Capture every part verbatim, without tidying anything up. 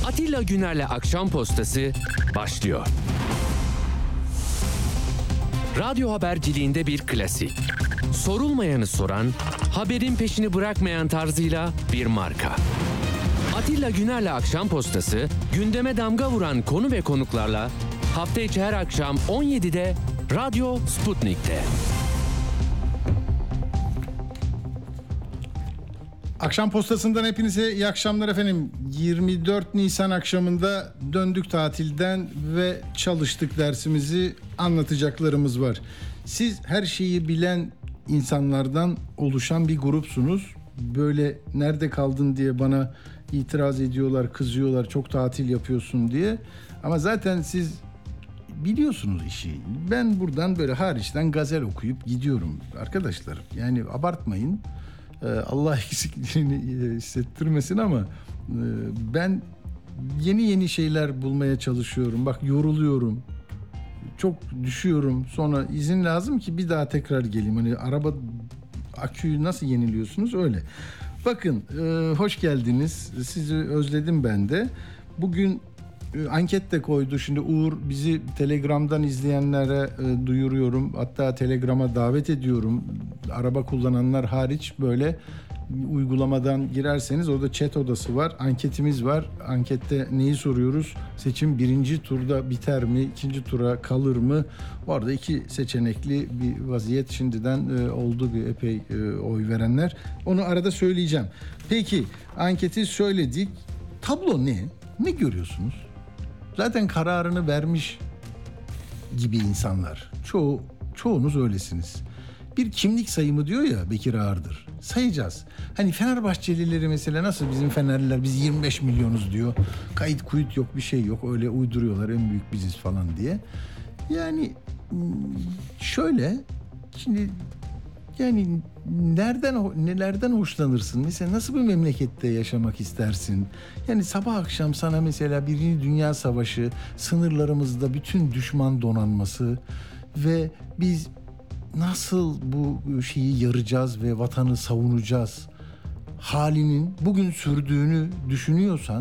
Atilla Güner'le Akşam Postası başlıyor. Radyo haberciliğinde bir klasik. Sorulmayanı soran, haberin peşini bırakmayan tarzıyla bir marka. Atilla Güner'le Akşam Postası, gündeme damga vuran konu ve konuklarla hafta içi her akşam on yedide Radyo Sputnik'te. Akşam Postası'ndan hepinize iyi akşamlar efendim. yirmi dört Nisan akşamında döndük tatilden ve çalıştık, dersimizi anlatacaklarımız var. Siz her şeyi bilen insanlardan oluşan bir grupsunuz. Böyle nerede kaldın diye bana itiraz ediyorlar, kızıyorlar, çok tatil yapıyorsun diye. Ama zaten siz biliyorsunuz işi. Ben buradan böyle hariçten gazel okuyup gidiyorum arkadaşlar. Yani abartmayın. Allah eksikliğini hissettirmesin ama ben yeni yeni şeyler bulmaya çalışıyorum. Bak yoruluyorum. Çok düşüyorum. Sonra izin lazım ki bir daha tekrar geleyim. Hani araba aküyü nasıl yeniliyorsunuz öyle. Bakın hoş geldiniz. Sizi özledim ben de. Bugün anket de koydu. Şimdi Uğur, bizi Telegram'dan izleyenlere e, duyuruyorum. Hatta Telegram'a davet ediyorum. Araba kullananlar hariç böyle uygulamadan girerseniz orada chat odası var. Anketimiz var. Ankette neyi soruyoruz? Seçim birinci turda biter mi? İkinci tura kalır mı? Orada iki seçenekli bir vaziyet şimdiden e, oldu, bir epey e, oy verenler. Onu arada söyleyeceğim. Peki anketi söyledik. Tablo ne? Ne görüyorsunuz? Zaten kararını vermiş gibi insanlar. Çoğu, çoğunuz öylesiniz. Bir kimlik sayımı diyor ya Bekir Ağırdır. Sayacağız. Hani Fenerbahçelileri mesela nasıl bizim Fenerliler biz yirmi beş milyonuz diyor. Kayıt kuyut yok, bir şey yok. Öyle uyduruyorlar, en büyük biziz falan diye. Yani şöyle şimdi yani nereden nelerden hoşlanırsın? Mesela nasıl bir memlekette yaşamak istersin? Yani sabah akşam sana mesela Birinci Dünya Savaşı, sınırlarımızda bütün düşman donanması ve biz nasıl bu şeyi yaracağız ve vatanı savunacağız halinin bugün sürdüğünü düşünüyorsan,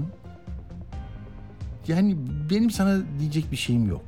yani benim sana diyecek bir şeyim yok.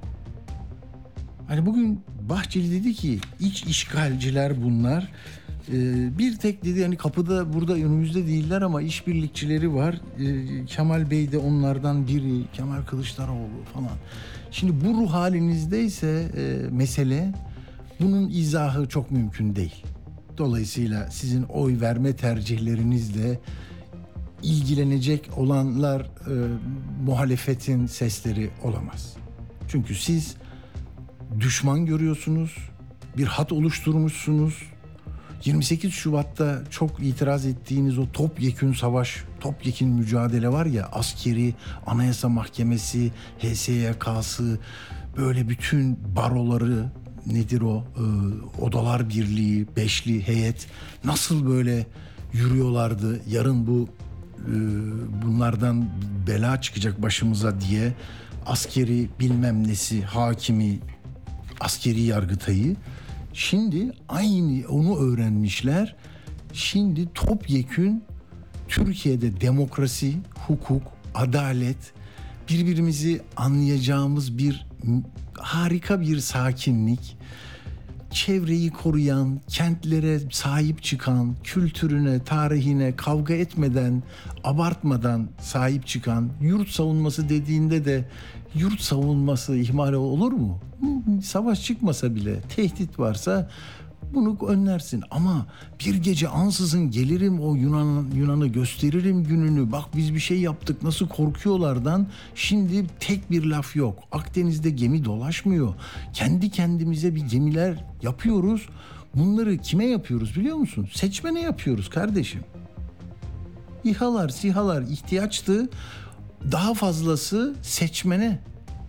Hani bugün Bahçeli dedi ki iç işgalciler bunlar. Ee, bir tek dedi yani kapıda burada önümüzde değiller ama işbirlikçileri var. Ee, Kemal Bey de onlardan biri. Kemal Kılıçdaroğlu falan. Şimdi bu ruh halinizdeyse e, mesele, bunun izahı çok mümkün değil. Dolayısıyla sizin oy verme tercihlerinizle ilgilenecek olanlar e, muhalefetin sesleri olamaz. Çünkü siz düşman görüyorsunuz, bir hat oluşturmuşsunuz. yirmi sekiz Şubat'ta çok itiraz ettiğiniz o topyekün savaş, topyekün mücadele var ya, askeri, Anayasa Mahkemesi, H S Y K'sı, böyle bütün baroları, nedir o, ee, Odalar Birliği, Beşli Heyet nasıl böyle yürüyorlardı, yarın bu e, bunlardan bela çıkacak başımıza diye askeri bilmem nesi, hakimi, askeri yargıtayı. Şimdi aynı onu öğrenmişler. Şimdi topyekün Türkiye'de demokrasi, hukuk, adalet, birbirimizi anlayacağımız bir harika bir sakinlik, çevreyi koruyan, kentlere sahip çıkan, kültürüne, tarihine kavga etmeden, abartmadan sahip çıkan, yurt savunması dediğinde de yurt savunması ihmal olur mu? Savaş çıkmasa bile tehdit varsa bunu önlersin. Ama bir gece ansızın gelirim o Yunan Yunan'ı gösteririm gününü. Bak biz bir şey yaptık, nasıl korkuyorlardan. Şimdi tek bir laf yok. Akdeniz'de gemi dolaşmıyor. Kendi kendimize bir gemiler yapıyoruz. Bunları kime yapıyoruz biliyor musun? Seçmene yapıyoruz kardeşim. İHA'lar, SİHA'lar ihtiyaçtı. Daha fazlası seçmene.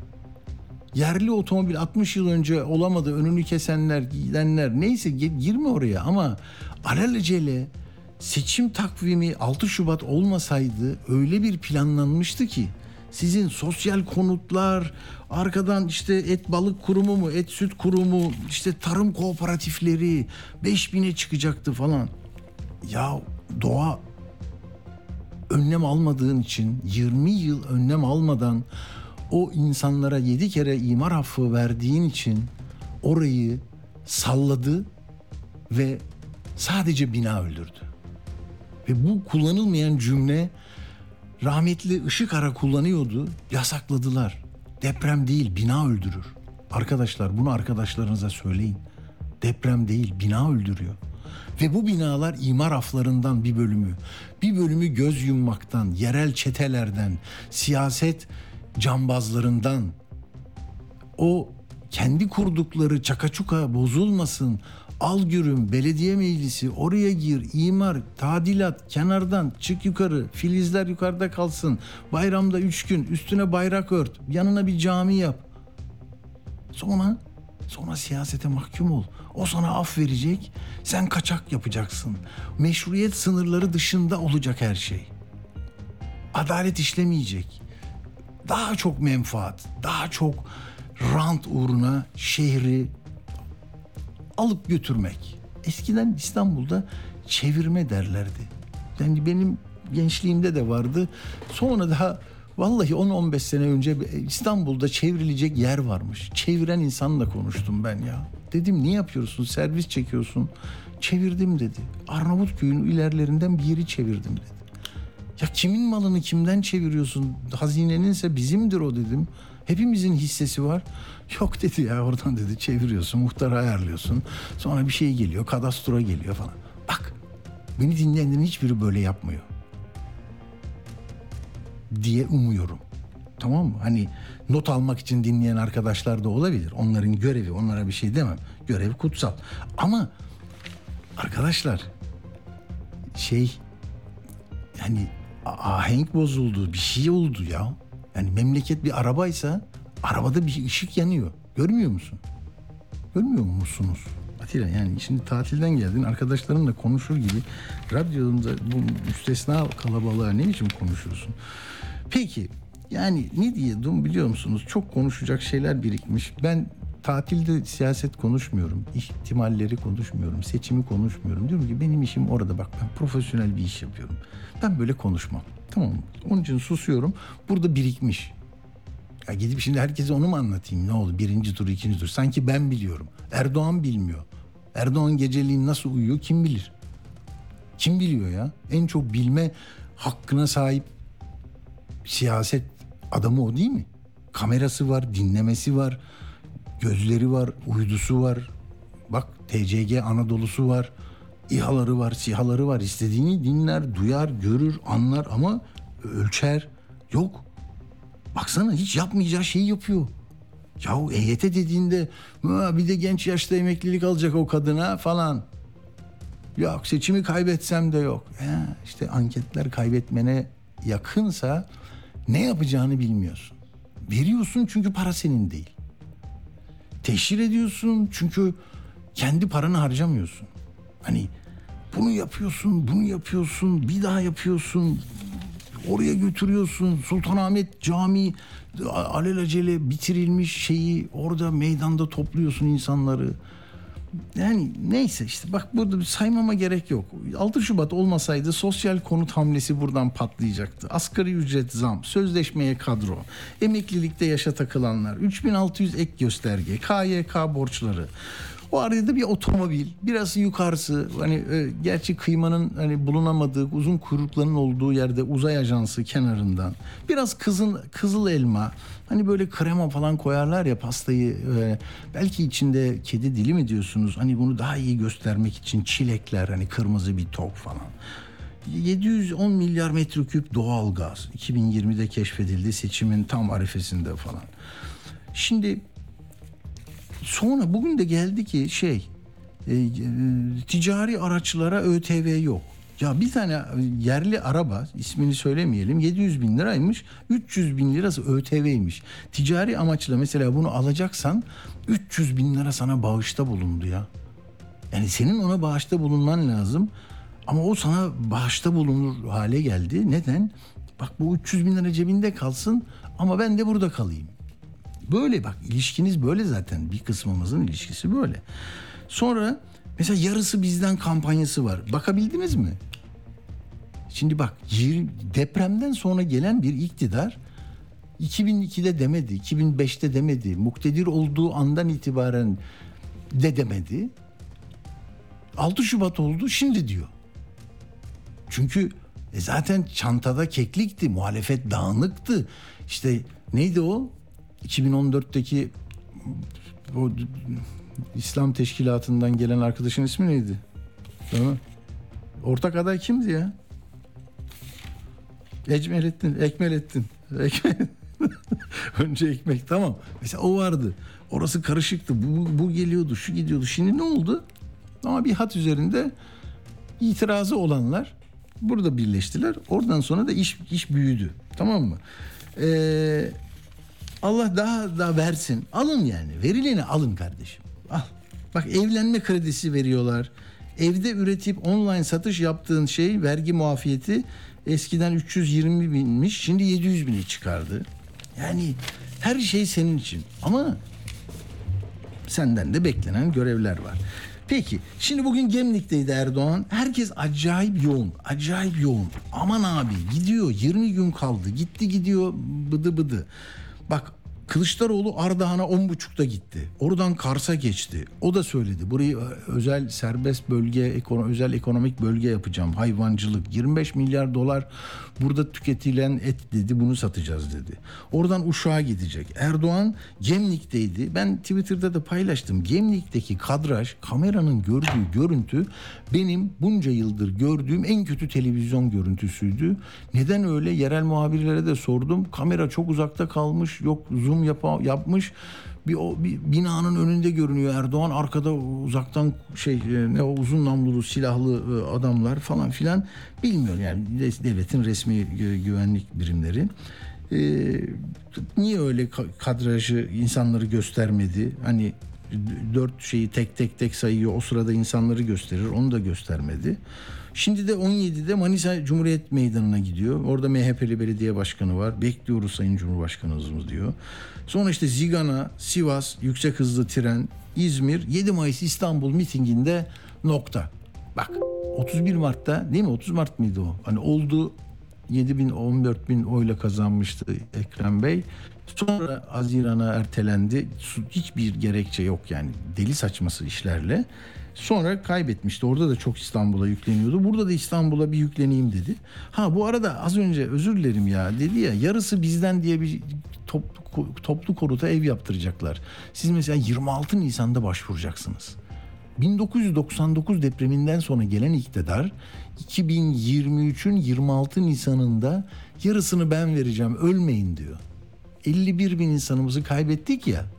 Yerli otomobil altmış yıl önce olamadı, önünü kesenler, gidenler, neyse girme oraya, ama alelacele seçim takvimi altı Şubat olmasaydı öyle bir planlanmıştı ki sizin sosyal konutlar, arkadan işte et balık kurumu mu, et süt kurumu, işte tarım kooperatifleri beş bine çıkacaktı falan. Ya doğa önlem almadığın için, yirmi yıl önlem almadan o insanlara yedi kere imar affı verdiğin için orayı salladı ve sadece bina öldürdü. Ve bu kullanılmayan cümle rahmetli Işıkara kullanıyordu, yasakladılar. Deprem değil, bina öldürür. Arkadaşlar, bunu arkadaşlarınıza söyleyin. Deprem değil, bina öldürüyor. Ve bu binalar imar aflarından bir bölümü. Bir bölümü göz yummaktan, yerel çetelerden, siyaset cambazlarından, o kendi kurdukları çakaçuka bozulmasın, al gürüm, belediye meclisi, oraya gir, imar, tadilat, kenardan çık yukarı, filizler yukarıda kalsın, bayramda üç gün, üstüne bayrak ört, yanına bir cami yap. Sonra, sonra siyasete mahkum ol. O sana af verecek, sen kaçak yapacaksın. Meşruiyet sınırları dışında olacak her şey. Adalet işlemeyecek. Daha çok menfaat, daha çok rant uğruna şehri alıp götürmek. Eskiden İstanbul'da çevirme derlerdi. Yani benim gençliğimde de vardı. Sonra daha vallahi on on beş sene önce İstanbul'da çevrilecek yer varmış. Çeviren insanla konuştum ben ya. Dedim niye yapıyorsun? Servis çekiyorsun. Çevirdim dedi. Arnavutköy'ün ilerlerinden bir yeri çevirdim dedi. Ya kimin malını kimden çeviriyorsun? Hazineninse bizimdir o dedim. Hepimizin hissesi var. Yok dedi ya, oradan dedi çeviriyorsun, muhtarı ayarlıyorsun. Sonra bir şey geliyor, kadastro geliyor falan. Bak, beni dinleyenlerin hiçbiri böyle yapmıyor diye umuyorum. Tamam mı? Hani not almak için dinleyen arkadaşlar da olabilir. Onların görevi, onlara bir şey demem. Görev kutsal. Ama arkadaşlar şey, yani ahenk bozuldu, bir şey oldu ya. Yani memleket bir arabaysa arabada bir ışık yanıyor. Görmüyor musun? Görmüyor musunuz? Atilla, yani şimdi tatilden geldin, arkadaşlarınla konuşur gibi radyonda bu müstesna kalabalığa ne biçim konuşuyorsun? Peki, yani ne diyordum biliyor musunuz? Çok konuşacak şeyler birikmiş. Ben tatilde siyaset konuşmuyorum. İhtimalleri konuşmuyorum. Seçimi konuşmuyorum. Diyorum ki benim işim orada, bak ben profesyonel bir iş yapıyorum. Ben böyle konuşmam. Tamam mı? Onun için susuyorum. Burada birikmiş. Ya gidip şimdi herkese onu mu anlatayım? Ne oldu? Birinci tur, ikinci tur. Sanki ben biliyorum. Erdoğan bilmiyor. Erdoğan geceliğin nasıl uyuyor kim bilir? Kim biliyor ya? En çok bilme hakkına sahip siyaset adamı o değil mi? Kamerası var, dinlemesi var, gözleri var, uydusu var. Bak T C G Anadolu'su var, İHA'ları var, SİHA'ları var. İstediğini dinler, duyar, görür, anlar ama ölçer. Yok. Baksana hiç yapmayacağı şeyi yapıyor. Yahu E Y T dediğinde bir de genç yaşta emeklilik alacak o kadına falan. Yok, seçimi kaybetsem de yok. Ya işte anketler kaybetmene yakınsa ne yapacağını bilmiyorsun. Veriyorsun çünkü para senin değil. Teşhir ediyorsun çünkü kendi paranı harcamıyorsun. Hani bunu yapıyorsun, bunu yapıyorsun, bir daha yapıyorsun. Oraya götürüyorsun. Sultanahmet Camii alelacele bitirilmiş şeyi orada meydanda topluyorsun insanları. Yani neyse işte bak, burada saymama gerek yok. altı Şubat olmasaydı sosyal konut hamlesi buradan patlayacaktı. Asgari ücret zam, sözleşmeye kadro, emeklilikte yaşa takılanlar, üç bin altı yüz ek gösterge, K Y K borçları. O arada bir otomobil, biraz yukarısı, hani e, gerçi kıymanın hani bulunamadığı, uzun kuyrukların olduğu yerde uzay ajansı kenarından biraz kızın kızıl elma, hani böyle krema falan koyarlar ya pastayı, e, belki içinde kedi dili mi diyorsunuz, hani bunu daha iyi göstermek için çilekler, hani kırmızı bir tok falan. yedi yüz on milyar metreküp doğal gaz iki bin yirmide keşfedildi, seçimin tam arifesinde falan. Şimdi sonra bugün de geldi ki şey, e, e, ticari araçlara ÖTV yok. Ya bir tane yerli araba, ismini söylemeyelim, yedi yüz bin liraymış, üç yüz bin lirası ÖTV'ymiş. Ticari amaçla mesela bunu alacaksan üç yüz bin lira sana bağışta bulundu ya. Yani senin ona bağışta bulunman lazım ama o sana bağışta bulunur hale geldi. Neden? Bak bu üç yüz bin lira cebinde kalsın ama ben de burada kalayım. Böyle bak, ilişkiniz böyle zaten, bir kısmımızın ilişkisi böyle. Sonra mesela yarısı bizden kampanyası var. Bakabildiniz mi? Şimdi bak depremden sonra gelen bir iktidar iki bin ikide demedi, iki bin beşte demedi, muktedir olduğu andan itibaren de demedi. altı Şubat oldu şimdi diyor. Çünkü e zaten çantada keklikti, muhalefet dağınıktı. İşte neydi o? iki bin on dörtteki o İslam Teşkilatı'ndan gelen arkadaşın ismi neydi? Değil mi? Ortak aday kimdi ya? Ecmelettin, Ekmelettin. Ekmelettin. Önce ekmek, tamam. Mesela o vardı. Orası karışıktı. Bu, bu geliyordu, şu gidiyordu. Şimdi ne oldu? Ama bir hat üzerinde itirazı olanlar burada birleştiler. Oradan sonra da iş iş büyüdü. Tamam mı? Ee, Allah daha da versin. Alın yani. Verileni alın kardeşim. Al. Bak evlenme kredisi veriyorlar. Evde üretip online satış yaptığın şey vergi muafiyeti eskiden üç yüz yirmi binmiş. Şimdi yedi yüz bini çıkardı. Yani her şey senin için. Ama senden de beklenen görevler var. Peki şimdi bugün Gemlik'teydi Erdoğan. Herkes acayip yoğun. Acayip yoğun. Aman abi gidiyor. yirmi gün kaldı. Gitti gidiyor bıdı bıdı. Bak Kılıçdaroğlu Ardahan'a on buçukta gitti. Oradan Kars'a geçti. O da söyledi. Burayı özel serbest bölge, özel ekonomik bölge yapacağım. Hayvancılık. yirmi beş milyar dolar burada tüketilen et dedi. Bunu satacağız dedi. Oradan Uşak'a gidecek. Erdoğan Gemlik'teydi. Ben Twitter'da da paylaştım. Gemlik'teki kadraj, kameranın gördüğü görüntü benim bunca yıldır gördüğüm en kötü televizyon görüntüsüydü. Neden öyle? Yerel muhabirlere de sordum. Kamera çok uzakta kalmış. Yok zoom yap- yapmış. Bir, o, bir binanın önünde görünüyor Erdoğan. Arkada uzaktan şey ne o uzun namlulu silahlı adamlar falan filan. Bilmiyorum yani devletin resmi güvenlik birimleri. Ee, niye öyle kadrajı insanları göstermedi? Hani dört şeyi tek tek tek sayıyor. O sırada insanları gösterir. Onu da göstermedi. Şimdi de on yedide Manisa Cumhuriyet Meydanı'na gidiyor. Orada M H P'li belediye başkanı var. Bekliyoruz Sayın Cumhurbaşkanımız diyor. Sonra işte Zigana, Sivas, yüksek hızlı tren, İzmir, yedi Mayıs İstanbul mitinginde nokta. Bak otuz bir Mart'ta değil mi? otuz Mart mıydı o? Hani oldu yedi bin on dört bin oyla kazanmıştı Ekrem Bey. Sonra Haziran'a ertelendi. Hiçbir gerekçe yok yani. Deli saçması işlerle. Sonra kaybetmişti. Orada da çok İstanbul'a yükleniyordu. Burada da İstanbul'a bir yükleneyim dedi. Ha bu arada az önce özür dilerim ya dedi ya yarısı bizden diye bir toplu, toplu konuta ev yaptıracaklar. Siz mesela yirmi altı Nisan'da başvuracaksınız. bin dokuz yüz doksan dokuz depreminden sonra gelen iktidar iki bin yirmi üçün yirmi altı Nisan'ında yarısını ben vereceğim ölmeyin diyor. elli bir bin insanımızı kaybettik ya.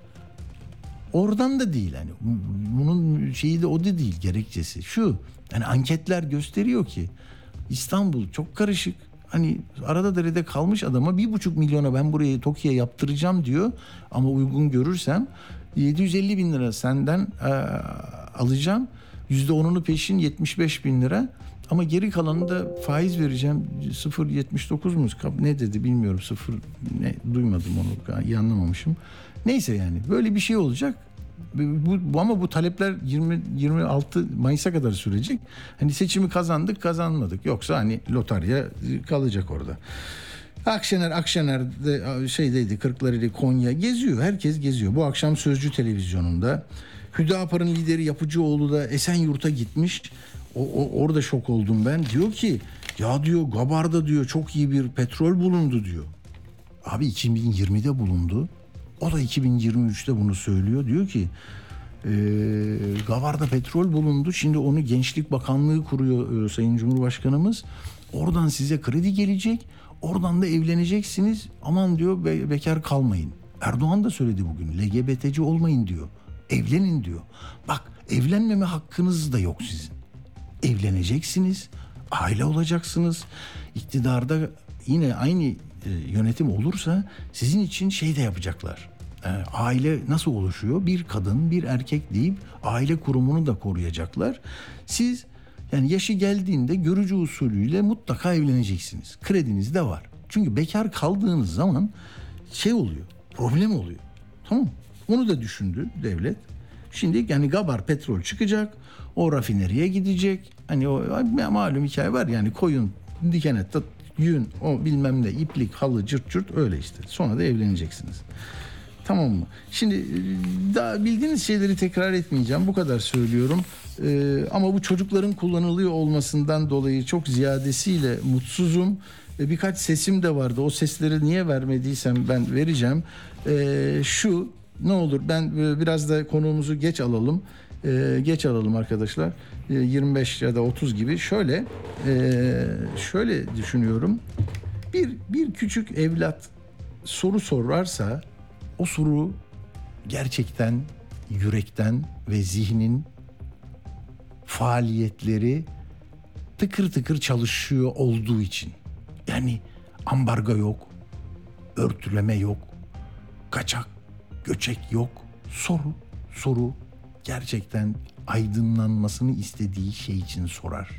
Oradan da değil hani bunun şeyi de o da değil gerekçesi şu yani anketler gösteriyor ki İstanbul çok karışık hani arada derede kalmış adama bir buçuk milyona ben burayı TOKİ'ye yaptıracağım diyor ama uygun görürsem yedi yüz elli bin lira senden e, alacağım yüzde onunu peşin yetmiş beş bin lira ama geri kalanını da faiz vereceğim sıfır virgül yetmiş dokuz mu ne dedi bilmiyorum sıfır ne duymadım onu iyi anlamamışım. Neyse yani böyle bir şey olacak. Bu, ama bu talepler yirmi yirmi altı Mayıs'a kadar sürecek. Hani seçimi kazandık, kazanmadık. Yoksa hani lotarya kalacak orada. Akşener Akşener'de şeydeydi Kırklareli Konya geziyor. Herkes geziyor. Bu akşam Sözcü televizyonunda Hüdapar'ın lideri Yapıcıoğlu da Esenyurt'a gitmiş. O, o, orada şok oldum ben. Diyor ki ya diyor Gabar'da diyor çok iyi bir petrol bulundu diyor. Abi iki bin yirmide bulundu. O da iki bin yirmi üçte bunu söylüyor. Diyor ki e, Gavar'da petrol bulundu. Şimdi onu Gençlik Bakanlığı kuruyor e, Sayın Cumhurbaşkanımız. Oradan size kredi gelecek. Oradan da evleneceksiniz. Aman diyor be, bekar kalmayın. Erdoğan da söyledi bugün. L G B T'ci olmayın diyor. Evlenin diyor. Bak evlenmeme hakkınız da yok sizin. Evleneceksiniz. Aile olacaksınız. İktidarda yine aynı yönetim olursa sizin için şey de yapacaklar. E, aile nasıl oluşuyor? Bir kadın, bir erkek deyip aile kurumunu da koruyacaklar. Siz yani yaşı geldiğinde görücü usulüyle mutlaka evleneceksiniz. Krediniz de var. Çünkü bekar kaldığınız zaman şey oluyor, problem oluyor. Tamam. Onu da düşündü devlet. Şimdi yani Gabar petrol çıkacak, o rafineriye gidecek. Hani o malum hikaye var yani koyun diken et, yün, o bilmem ne, iplik, halı, cırt cırt öyle işte. Sonra da evleneceksiniz. Tamam mı? Şimdi daha bildiğiniz şeyleri tekrar etmeyeceğim. Bu kadar söylüyorum. Ee, ama bu çocukların kullanılıyor olmasından dolayı çok ziyadesiyle mutsuzum. Ee, birkaç sesim de vardı. O sesleri niye vermediysem ben vereceğim. Ee, şu ne olur ben biraz da konuğumuzu geç alalım. Ee, geç alalım arkadaşlar. Ee, yirmi beş ya da otuz gibi. Şöyle e, şöyle düşünüyorum. Bir bir küçük evlat soru sorarsa o soru gerçekten yürekten ve zihnin faaliyetleri tıkır tıkır çalışıyor olduğu için. Yani ambargo yok, örtüleme yok, kaçak, göçek yok. Soru, soru gerçekten aydınlanmasını istediği şey için sorar.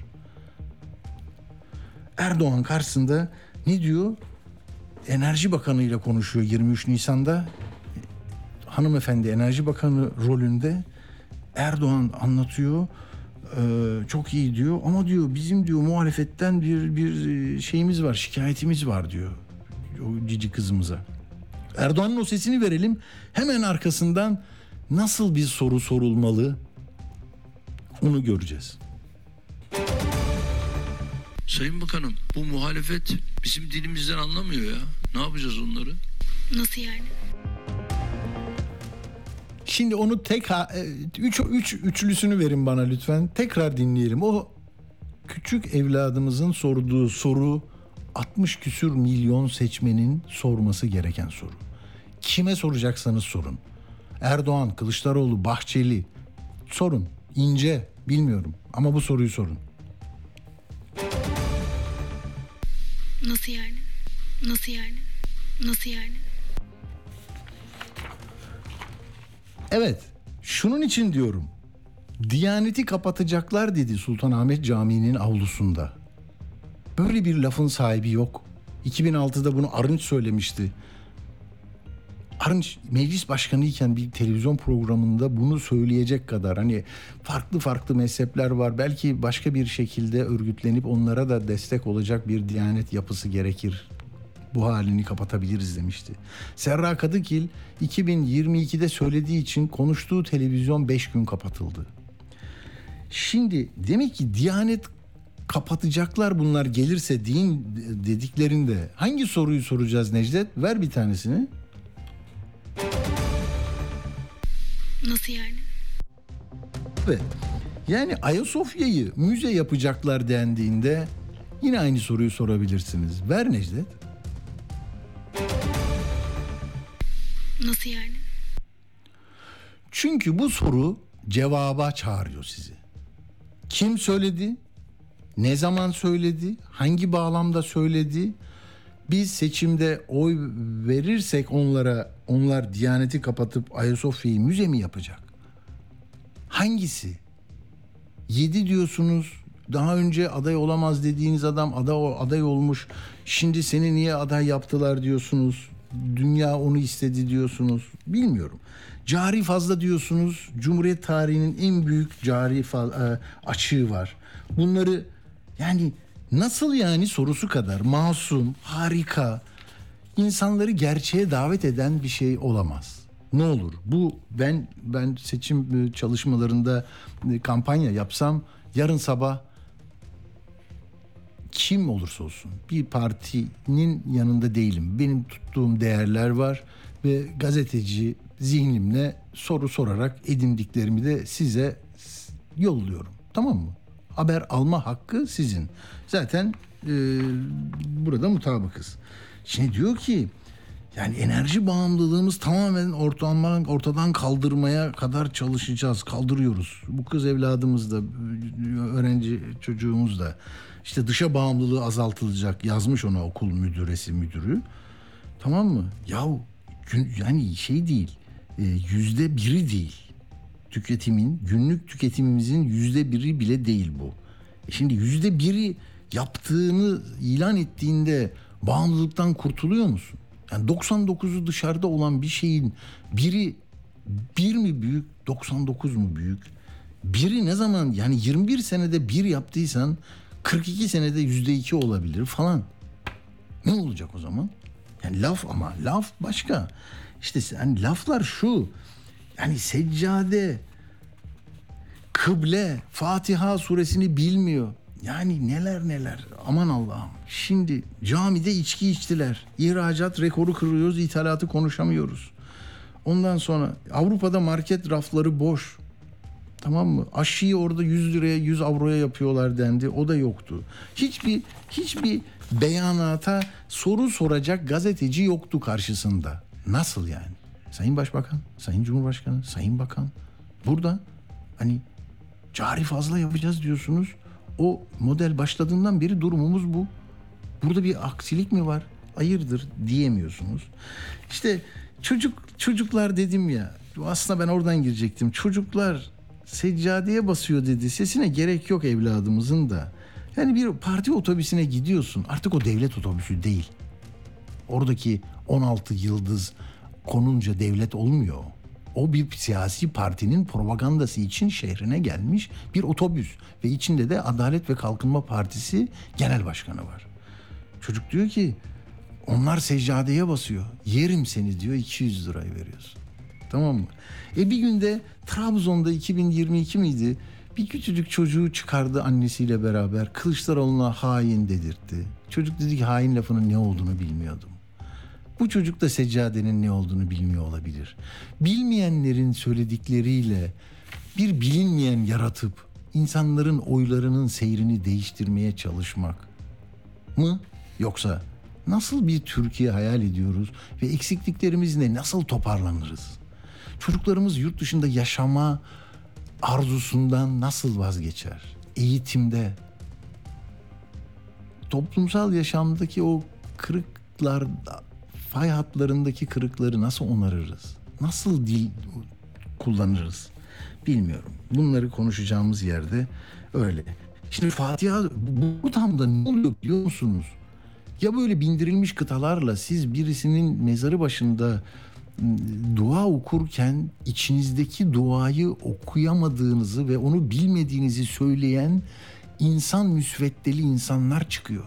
Erdoğan karşısında ne diyor? Enerji Bakanı ile konuşuyor yirmi üç Nisan'da. Hanımefendi Enerji Bakanı rolünde. Erdoğan anlatıyor. Ee, çok iyi diyor ama diyor bizim diyor muhalefetten bir bir şeyimiz var, şikayetimiz var diyor o cici kızımıza. Erdoğan'ın o sesini verelim. Hemen arkasından nasıl bir soru sorulmalı onu göreceğiz. Sayın Bakanım, bu muhalefet bizim dilimizden anlamıyor ya. Ne yapacağız onları? Nasıl yani? Şimdi onu tek ha, üç, üç üçlüsünü verin bana lütfen. Tekrar dinleyelim. O küçük evladımızın sorduğu soru altmış küsür milyon seçmenin sorması gereken soru. Kime soracaksanız sorun. Erdoğan, Kılıçdaroğlu, Bahçeli sorun. İnce bilmiyorum ama bu soruyu sorun. Nasıl yani? Nasıl yani? Nasıl yani? Evet, şunun için diyorum. Diyaneti kapatacaklar dedi Sultanahmet Camii'nin avlusunda. Böyle bir lafın sahibi yok. iki bin altıda bunu Arınç söylemişti. Arınç meclis başkanı iken bir televizyon programında bunu söyleyecek kadar hani farklı farklı mezhepler var. Belki başka bir şekilde örgütlenip onlara da destek olacak bir diyanet yapısı gerekir. Bu halini kapatabiliriz demişti. Serra Kadıgil iki bin yirmi ikide söylediği için konuştuğu televizyon beş gün kapatıldı. Şimdi demek ki Diyanet kapatacaklar bunlar gelirse din dediklerinde hangi soruyu soracağız Necdet? Ver bir tanesini. Nasıl yani? Evet. Yani Ayasofya'yı müze yapacaklar dendiğinde yine aynı soruyu sorabilirsiniz. Ver Necdet. Nasıl yani? Çünkü bu soru cevaba çağırıyor sizi. Kim söyledi? Ne zaman söyledi? Hangi bağlamda söyledi? Biz seçimde oy verirsek onlara, onlar Diyaneti kapatıp Ayasofya'yı müze mi yapacak? Hangisi? Yedi diyorsunuz. Daha önce aday olamaz dediğiniz adam aday, aday olmuş. Şimdi seni niye aday yaptılar diyorsunuz. Dünya onu istedi diyorsunuz. Bilmiyorum. Cari fazla diyorsunuz. Cumhuriyet tarihinin en büyük cari fa- e, açığı var. Bunları yani nasıl yani sorusu kadar masum, harika, insanları gerçeğe davet eden bir şey olamaz. Ne olur bu ben ben seçim çalışmalarında kampanya yapsam yarın sabah kim olursa olsun bir partinin yanında değilim. Benim tuttuğum değerler var ve gazeteci zihnimle soru sorarak edindiklerimi de size yolluyorum. Tamam mı? Haber alma hakkı sizin. Zaten e, burada mutabıkız. Şimdi diyor ki yani enerji bağımlılığımız tamamen ortadan, ortadan kaldırmaya kadar çalışacağız. Kaldırıyoruz. Bu kız evladımız da, öğrenci çocuğumuz da işte dışa bağımlılığı azaltılacak yazmış ona okul müdüresi müdürü. Tamam mı? Yahu yani şey değil, yüzde biri değil. Tüketimin, günlük tüketimimizin yüzde biri bile değil bu. E şimdi yüzde biri yaptığını ilan ettiğinde bağımlılıktan kurtuluyor musun? Yani doksan dokuzu dışarıda olan bir şeyin biri bir mi büyük, doksan dokuz mu büyük? Biri ne zaman yani yirmi bir senede bir yaptıysan kırk iki senede yüzde iki olabilir falan. Ne olacak o zaman? Yani laf, ama laf başka. İşte yani laflar şu. Yani seccade, kıble, Fatiha suresini bilmiyor. Yani neler neler. Aman Allah'ım. Şimdi camide içki içtiler. İhracat rekoru kırıyoruz, ithalatı konuşamıyoruz. Ondan sonra Avrupa'da market rafları boş. Tamam mı? Aşıyı orada yüz liraya, yüz avroya yapıyorlar dendi. O da yoktu. Hiçbir hiçbir beyanata soru soracak gazeteci yoktu karşısında. Nasıl yani? Sayın Başbakan, Sayın Cumhurbaşkanı, Sayın Bakan. Burada hani cari fazla yapacağız diyorsunuz. O model başladığından beri durumumuz bu. Burada bir aksilik mi var? Hayırdır diyemiyorsunuz. İşte çocuk çocuklar dedim ya. Aslında ben oradan girecektim. Çocuklar seccadeye basıyor dedi. Sesine gerek yok evladımızın da. Yani bir parti otobüsüne gidiyorsun. Artık o devlet otobüsü değil. Oradaki on altı yıldız konunca devlet olmuyor. O bir siyasi partinin propagandası için şehrine gelmiş bir otobüs. Ve içinde de Adalet ve Kalkınma Partisi Genel Başkanı var. Çocuk diyor ki onlar seccadeye basıyor. Yerim seni diyor, iki yüz lirayı veriyorsun. Tamam mı? E bir günde Trabzon'da iki bin yirmi iki miydi? Bir küçücük çocuğu çıkardı annesiyle beraber. Kılıçdaroğlu'na hain dedirtti. Çocuk dedi ki hain lafının ne olduğunu bilmiyordum. Bu çocuk da seccadenin ne olduğunu bilmiyor olabilir. Bilmeyenlerin söyledikleriyle bir bilinmeyen yaratıp insanların oylarının seyrini değiştirmeye çalışmak mı? Yoksa nasıl bir Türkiye hayal ediyoruz ve eksikliklerimizle nasıl toparlanırız? Çocuklarımız yurt dışında yaşama arzusundan nasıl vazgeçer? Eğitimde, toplumsal yaşamdaki o kırıklar, fay hatlarındaki kırıkları nasıl onarırız? Nasıl dil kullanırız? Bilmiyorum. Bunları konuşacağımız yerde öyle. Şimdi Fatiha bu tam da ne oluyor biliyor musunuz? Ya böyle bindirilmiş kıtalarla siz birisinin mezarı başında dua okurken içinizdeki duayı okuyamadığınızı ve onu bilmediğinizi söyleyen insan müsveddeli insanlar çıkıyor.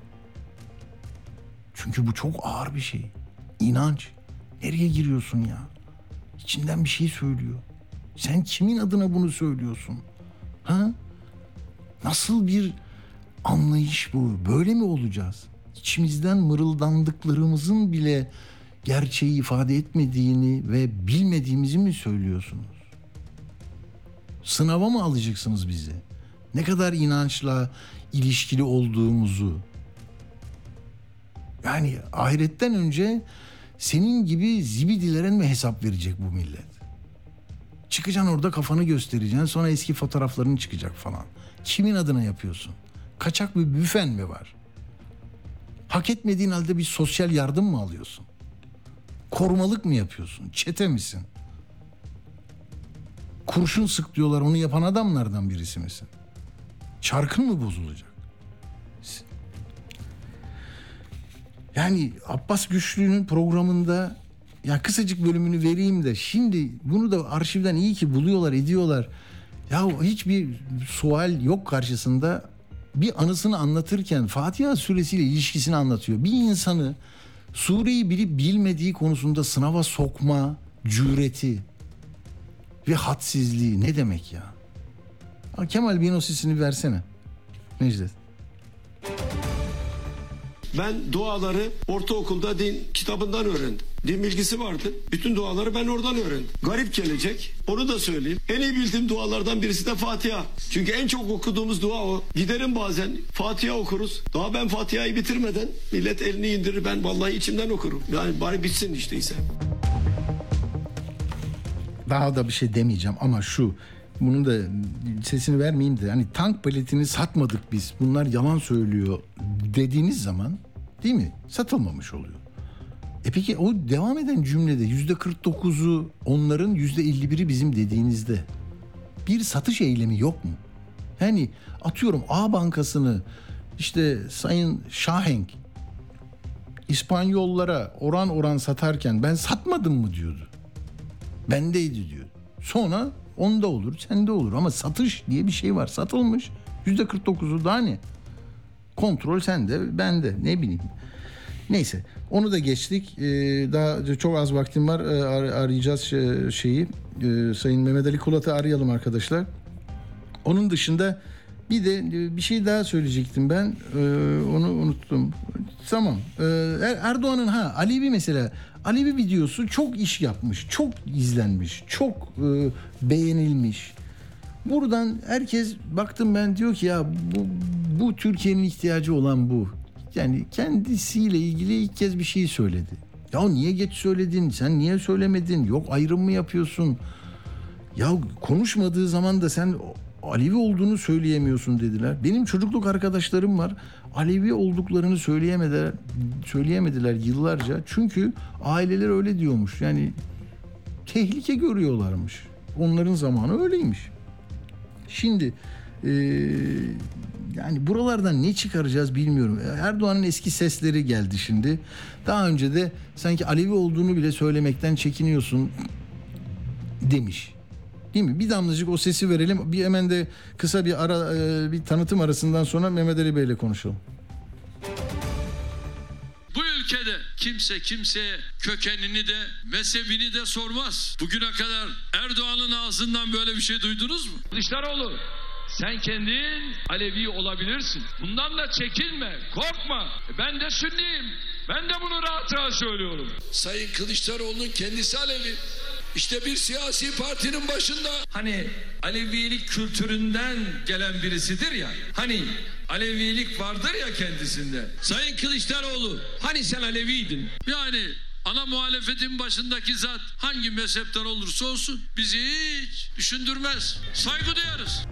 Çünkü bu çok ağır bir şey. İnanç. Nereye giriyorsun ya? İçinden bir şey söylüyor. Sen kimin adına bunu söylüyorsun? Ha? Nasıl bir anlayış bu? Böyle mi olacağız? İçimizden mırıldandıklarımızın bile gerçeği ifade etmediğini ve bilmediğimizi mi söylüyorsunuz? Sınava mı alacaksınız bizi? Ne kadar inançla ilişkili olduğumuzu. Yani ahiretten önce senin gibi zibidilere mi hesap verecek bu millet? Çıkacaksın orada kafanı göstereceksin, sonra eski fotoğrafların çıkacak falan. Kimin adına yapıyorsun? Kaçak bir büfen mi var? Hak etmediğin halde bir sosyal yardım mı alıyorsun? Korumalık mı yapıyorsun? Çete misin? Kurşun sık diyorlar, onu yapan adamlardan birisi misin? Çarkın mı bozulacak? Yani Abbas Güçlü'nün programında, ya kısacık bölümünü vereyim de şimdi bunu da arşivden iyi ki buluyorlar, ediyorlar. Ya hiçbir sual yok karşısında, bir anısını anlatırken Fatiha suresiyle ilişkisini anlatıyor. Bir insanı sureyi bilip bilmediği konusunda sınava sokma cüreti ve hadsizliği ne demek ya? Kemal Binosis'ini versene Necdet. Ben duaları ortaokulda din kitabından öğrendim. Din bilgisi vardı. Bütün duaları ben oradan öğrendim. Garip gelecek. Onu da söyleyeyim. En iyi bildiğim dualardan birisi de Fatiha. Çünkü en çok okuduğumuz dua o. Giderim bazen Fatiha okuruz. Daha ben Fatiha'yı bitirmeden millet elini indirir. Ben vallahi içimden okurum. Yani bari bitsin işte ise. Daha da bir şey demeyeceğim ama şu, bunun da sesini vermeyeyim de, hani tank paletini satmadık biz, bunlar yalan söylüyor dediğiniz zaman, değil mi? Satılmamış oluyor. E peki o devam eden cümlede yüzde kırk dokuzu onların, yüzde elli biri bizim dediğinizde bir satış eylemi yok mu? Yani atıyorum A Bankası'nı işte Sayın Şahenk İspanyollara oran oran satarken ben satmadım mı diyordu. Bendeydi diyor. Sonra onda olur, sende olur ama satış diye bir şey var. Satılmış. yüzde kırk dokuzu daha ne? Kontrol sende, bende, ne bileyim. Neyse, onu da geçtik. Ee, daha çok az vaktim var. Ee, ar- arayacağız şey, şeyi. Ee, Sayın Mehmet Ali Kulat'ı arayalım arkadaşlar. Onun dışında bir de bir şey daha söyleyecektim ben. Ee, onu unuttum. Tamam. Ee, Erdoğan'ın ha Alevi mesela. Alevi videosu çok iş yapmış. Çok izlenmiş. Çok e, beğenilmiş. Buradan herkes baktım ben diyor ki ya bu, bu Türkiye'nin ihtiyacı olan bu. Yani kendisiyle ilgili ilk kez bir şey söyledi. Ya niye geç söyledin? Sen niye söylemedin? Yok ayrım mı yapıyorsun? Ya konuşmadığı zaman da sen Alevi olduğunu söyleyemiyorsun dediler. Benim çocukluk arkadaşlarım var. Alevi olduklarını söyleyemediler, söyleyemediler yıllarca. Çünkü aileler öyle diyormuş. Yani tehlike görüyorlarmış. Onların zamanı öyleymiş. Şimdi e, yani buralardan ne çıkaracağız bilmiyorum. Erdoğan'ın eski sesleri geldi şimdi. Daha önce de sanki Alevi olduğunu bile söylemekten çekiniyorsun demiş. Değil mi? Bir damlacık o sesi verelim. Bir hemen de kısa bir ara e, bir tanıtım arasından sonra Mehmet Ali Bey'le konuşalım. Bu ülkede kimse kimseye kökenini de mezhebini de sormaz. Bugüne kadar Erdoğan'ın ağzından böyle bir şey duydunuz mu? Kılıçdaroğlu, sen kendin Alevi olabilirsin. Bundan da çekinme, korkma. Ben de Sünniyim. Ben de bunu rahat rahat söylüyorum. Sayın Kılıçdaroğlu'nun kendisi Alevi. İşte bir siyasi partinin başında. Hani Alevilik kültüründen gelen birisidir ya. Hani Alevilik vardır ya kendisinde. Sayın Kılıçdaroğlu, hani sen Aleviydin? Yani ana muhalefetin başındaki zat hangi mezhepten olursa olsun bizi hiç düşündürmez. Saygı duyarız.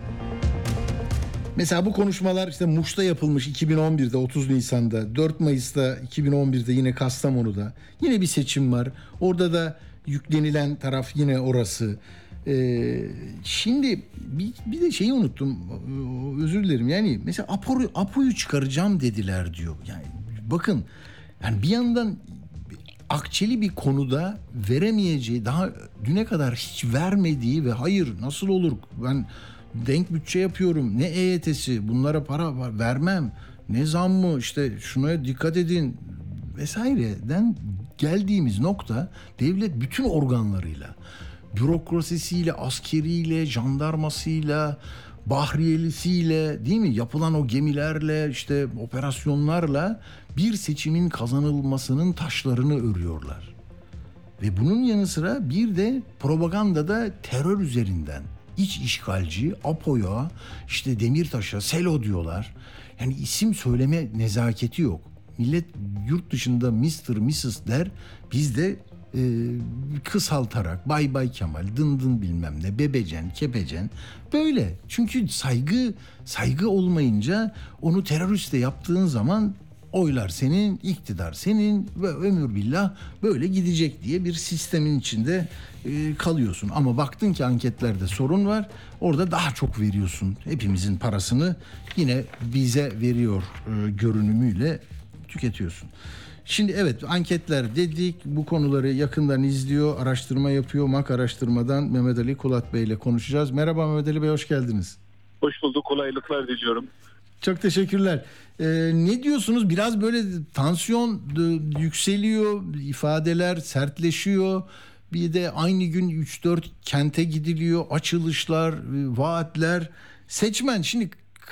Mesela bu konuşmalar işte Muş'ta yapılmış iki bin on birde otuz Nisan'da, dört Mayıs'ta iki bin on birde yine Kastamonu'da. Yine bir seçim var. Orada da yüklenilen taraf yine orası. Ee, şimdi bir, bir de şeyi unuttum. Özür dilerim. Yani mesela Apo'yu, Apo'yu çıkaracağım dediler diyor. Yani bakın yani bir yandan akçeli bir konuda veremeyeceği, daha düne kadar hiç vermediği ve hayır nasıl olur ben denk bütçe yapıyorum, ne E Y T'si, bunlara para vermem, ne zammı, işte şuna dikkat edin vesaireden geldiğimiz nokta devlet bütün organlarıyla, bürokrasisiyle, askeriyle, jandarmasıyla, bahriyelisiyle, değil mi, yapılan o gemilerle, işte operasyonlarla bir seçimin kazanılmasının taşlarını örüyorlar. Ve bunun yanı sıra bir de propagandada terör üzerinden iç işgalci, Apo'ya, işte Demirtaş'a, Selo diyorlar. Yani isim söyleme nezaketi yok. Millet yurt dışında mister missus der, bizde e, kısaltarak Bay Bay Kemal, Dın Dın bilmem ne, Bebecen, Kepecen böyle. Çünkü saygı saygı olmayınca onu teröriste yaptığın zaman oylar senin, iktidar senin ve ömür billah böyle gidecek diye bir sistemin içinde e, kalıyorsun. Ama baktın ki anketlerde sorun var, orada daha çok veriyorsun. Hepimizin parasını yine bize veriyor e, görünümüyle tüketiyorsun. Şimdi evet, anketler dedik, bu konuları yakından izliyor, araştırma yapıyor. MAK Araştırma'dan Mehmet Ali Kulat Bey ile konuşacağız. Merhaba Mehmet Ali Bey, hoş geldiniz. Hoş bulduk, kolaylıklar diliyorum. Çok teşekkürler. Ee, ne diyorsunuz? Biraz böyle tansiyon e, yükseliyor, ifadeler sertleşiyor. Bir de aynı gün üç dört kente gidiliyor, açılışlar, e, vaatler. Seçmen şimdi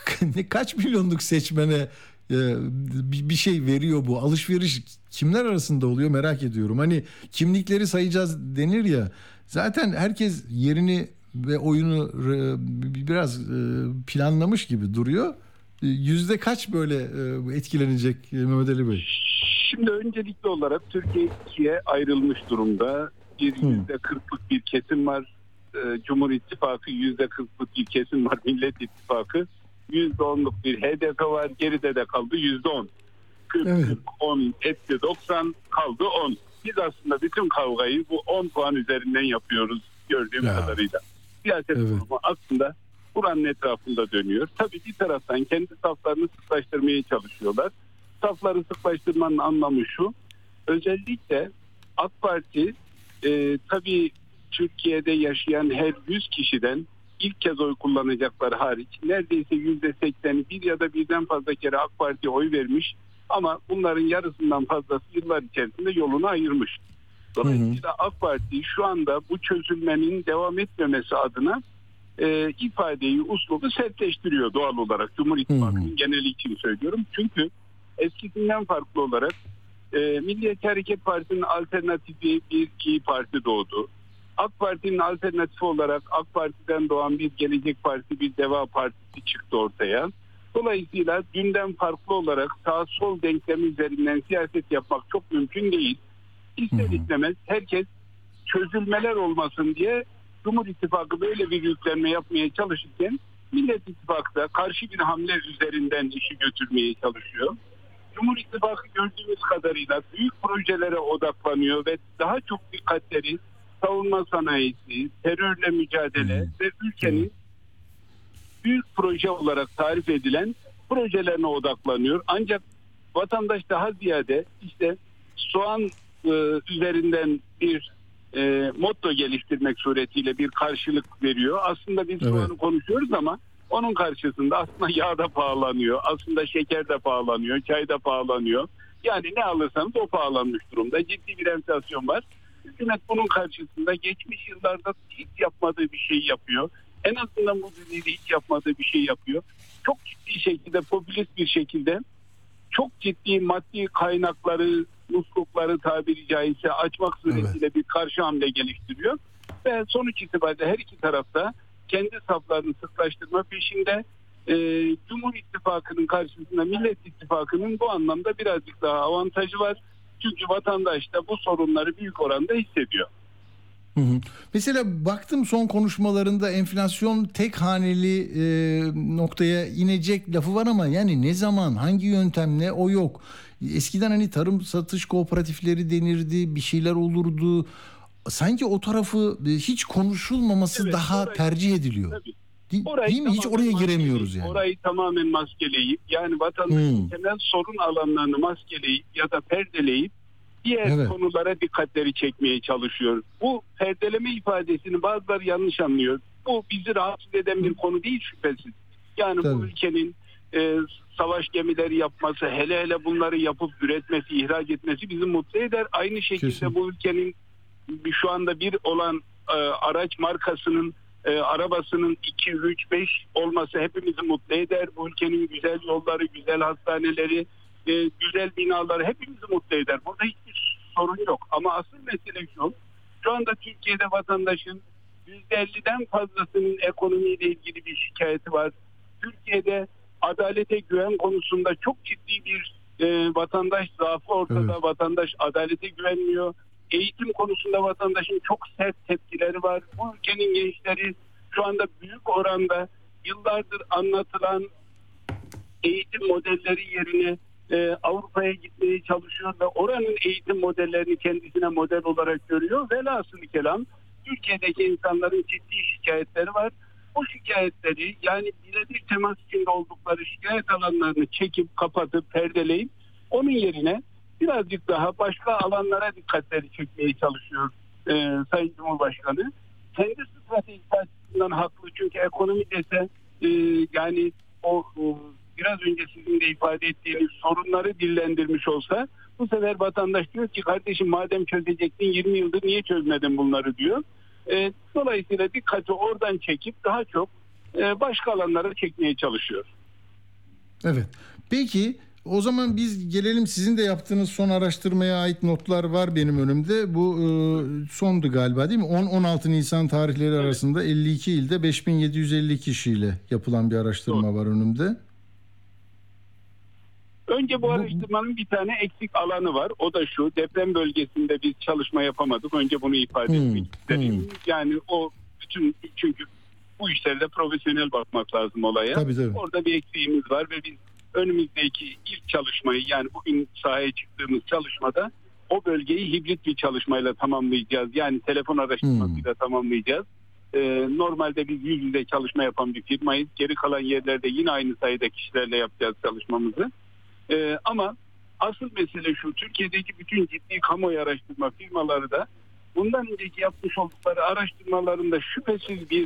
kaç milyonluk seçmene e, bir şey veriyor bu? Alışveriş kimler arasında oluyor merak ediyorum. Hani kimlikleri sayacağız denir ya. Zaten herkes yerini ve oyunu e, biraz e, planlamış gibi duruyor. Yüzde kaç böyle etkilenecek Mehmet Ali Bey? Şimdi öncelikli olarak Türkiye ikiye ayrılmış durumda. Bir yüzde kırklık bir kesim var. Cumhur İttifakı, yüzde kırklık bir kesim var. Millet İttifakı. Yüzde onluk bir H D P var. Geride de kaldı yüzde on. kırk, evet. kırk, on etti doksan, kaldı on. Biz aslında bütün kavgayı bu on puan üzerinden yapıyoruz gördüğüm ya. kadarıyla. Siyaset evet. durumu aslında buranın etrafında dönüyor. Tabii bir taraftan kendi saflarını sıklaştırmaya çalışıyorlar. Safları sıklaştırmanın anlamı şu: özellikle AK Parti e, tabii Türkiye'de yaşayan her yüz kişiden ilk kez oy kullanacaklar hariç neredeyse yüzde sekseni bir ya da birden fazla kere AK Parti'ye oy vermiş ama bunların yarısından fazlası yıllar içerisinde yolunu ayırmış. Dolayısıyla AK Parti şu anda bu çözülmenin devam etmemesi adına e, ifadeyi, uslubu sertleştiriyor doğal olarak. Cumhur İttifakı'nın geneli için söylüyorum. Çünkü eskisinden farklı olarak e, Milliyetçi Hareket Partisi'nin alternatifi bir İYİ Parti doğdu. AK Parti'nin alternatifi olarak AK Parti'den doğan bir Gelecek Partisi, bir Deva Partisi çıktı ortaya. Dolayısıyla dünden farklı olarak sağ sol denklemi üzerinden siyaset yapmak çok mümkün değil. İster istemez herkes çözülmeler olmasın diye Cumhur İttifakı böyle bir yüklenme yapmaya çalışırken Millet İttifakı da karşı bir hamle üzerinden işi götürmeye çalışıyor. Cumhur İttifakı gördüğümüz kadarıyla büyük projelere odaklanıyor ve daha çok dikkatleri savunma sanayisi, terörle mücadele hmm. ve ülkenin büyük proje olarak tarif edilen projelerine odaklanıyor. Ancak vatandaş daha ziyade işte soğan e, üzerinden bir e, motto geliştirmek suretiyle bir karşılık veriyor. Aslında biz evet. soğanı konuşuyoruz ama onun karşısında aslında yağ da pahalanıyor. Aslında şeker de pahalanıyor, çay da pahalanıyor. Yani ne alırsanız o pahalanmış durumda. Ciddi bir enflasyon var. Hükümet bunun karşısında geçmiş yıllarda hiç yapmadığı bir şey yapıyor. En azından bu düzeyde hiç yapmadığı bir şey yapıyor. Çok ciddi şekilde, popülist bir şekilde çok ciddi maddi kaynakları, muslukları tabiri caizse açmak suretiyle evet. bir karşı hamle geliştiriyor. Ve sonuç itibariyle her iki tarafta kendi saflarını sıklaştırma peşinde. Ee, Cumhur İttifakı'nın karşısında Millet İttifakı'nın bu anlamda birazcık daha avantajı var. Çünkü vatandaş da bu sorunları büyük oranda hissediyor. Hı hı. Mesela baktım son konuşmalarında enflasyon tek haneli e, noktaya inecek lafı var ama yani ne zaman, hangi yöntemle o yok. Eskiden hani tarım satış kooperatifleri denirdi, bir şeyler olurdu. Sanki o tarafı hiç konuşulmaması evet, daha orayı, tercih ediliyor. Tabii. Değil, değil mi? Hiç oraya giremiyoruz yani. Orayı tamamen maskeleyip yani vatandaşın hmm. temel sorun alanlarını maskeleyip ya da perdeleyip diğer evet. konulara dikkatleri çekmeye çalışıyor. Bu perdeleme ifadesini bazıları yanlış anlıyor. Bu bizi rahatsız eden bir konu değil şüphesiz. Yani Tabii. bu ülkenin e, savaş gemileri yapması, hele hele bunları yapıp üretmesi, ihraç etmesi bizi mutlu eder. Aynı şekilde Kesin. bu ülkenin şu anda bir olan e, araç markasının e, arabasının iki, üç, beş olması hepimizi mutlu eder. Bu ülkenin güzel yolları, güzel hastaneleri, e, güzel binaları hepimizi mutlu eder. Burada hiçbir sorun yok. Ama asıl mesele şu. Şu anda Türkiye'de vatandaşın yüzde elliden fazlasının ekonomiyle ilgili bir şikayeti var. Türkiye'de adalete güven konusunda çok ciddi bir e, vatandaş zaafı ortada. Evet. Vatandaş adalete güvenmiyor. Eğitim konusunda vatandaşın çok sert tepkileri var. Bu ülkenin gençleri şu anda büyük oranda yıllardır anlatılan eğitim modelleri yerine e, Avrupa'ya gitmeye çalışıyor ve oranın eğitim modellerini kendisine model olarak görüyor. Velhasılı kelam Türkiye'deki insanların ciddi şikayetleri var. Bu şikayetleri yani birebir temas içinde oldukları şikayet alanlarını çekip kapatıp perdeleyip onun yerine birazcık daha başka alanlara dikkatleri çekmeye çalışıyor e, Sayın Cumhurbaşkanı. Kendi stratejisi açısından haklı çünkü ekonomi dese e, yani o, o biraz önce sizin de ifade ettiğiniz sorunları dillendirmiş olsa bu sefer vatandaş diyor ki kardeşim madem çözecektin yirmi yıldır niye çözmedin bunları diyor. E, dolayısıyla dikkati oradan çekip daha çok e, başka alanlara çekmeye çalışıyor. Evet. Peki o zaman biz gelelim sizin de yaptığınız son araştırmaya ait notlar var benim önümde. Bu e, sondu galiba değil mi? on on altı Nisan tarihleri evet. arasında elli iki ilde beş bin yedi yüz elli kişiyle yapılan bir araştırma Doğru. var önümde. Önce bu araştırmanın bir tane eksik alanı var. O da şu, deprem bölgesinde biz çalışma yapamadık. Önce bunu ifade hmm, etmek isterim. Hmm. Yani o bütün çünkü bu işlerde profesyonel bakmak lazım olaya. Tabii, tabii. Orada bir eksiğimiz var ve biz önümüzdeki ilk çalışmayı yani bugün sahaya çıktığımız çalışmada o bölgeyi hibrit bir çalışmayla tamamlayacağız. Yani telefon araştırmasıyla hmm. tamamlayacağız. Ee, normalde biz yüz yüze çalışma yapan bir firmayız. Geri kalan yerlerde yine aynı sayıda kişilerle yapacağız çalışmamızı. Ee, ama asıl mesele şu, Türkiye'deki bütün ciddi kamuoyu araştırma firmaları da bundan önceki yapmış oldukları araştırmalarında şüphesiz bir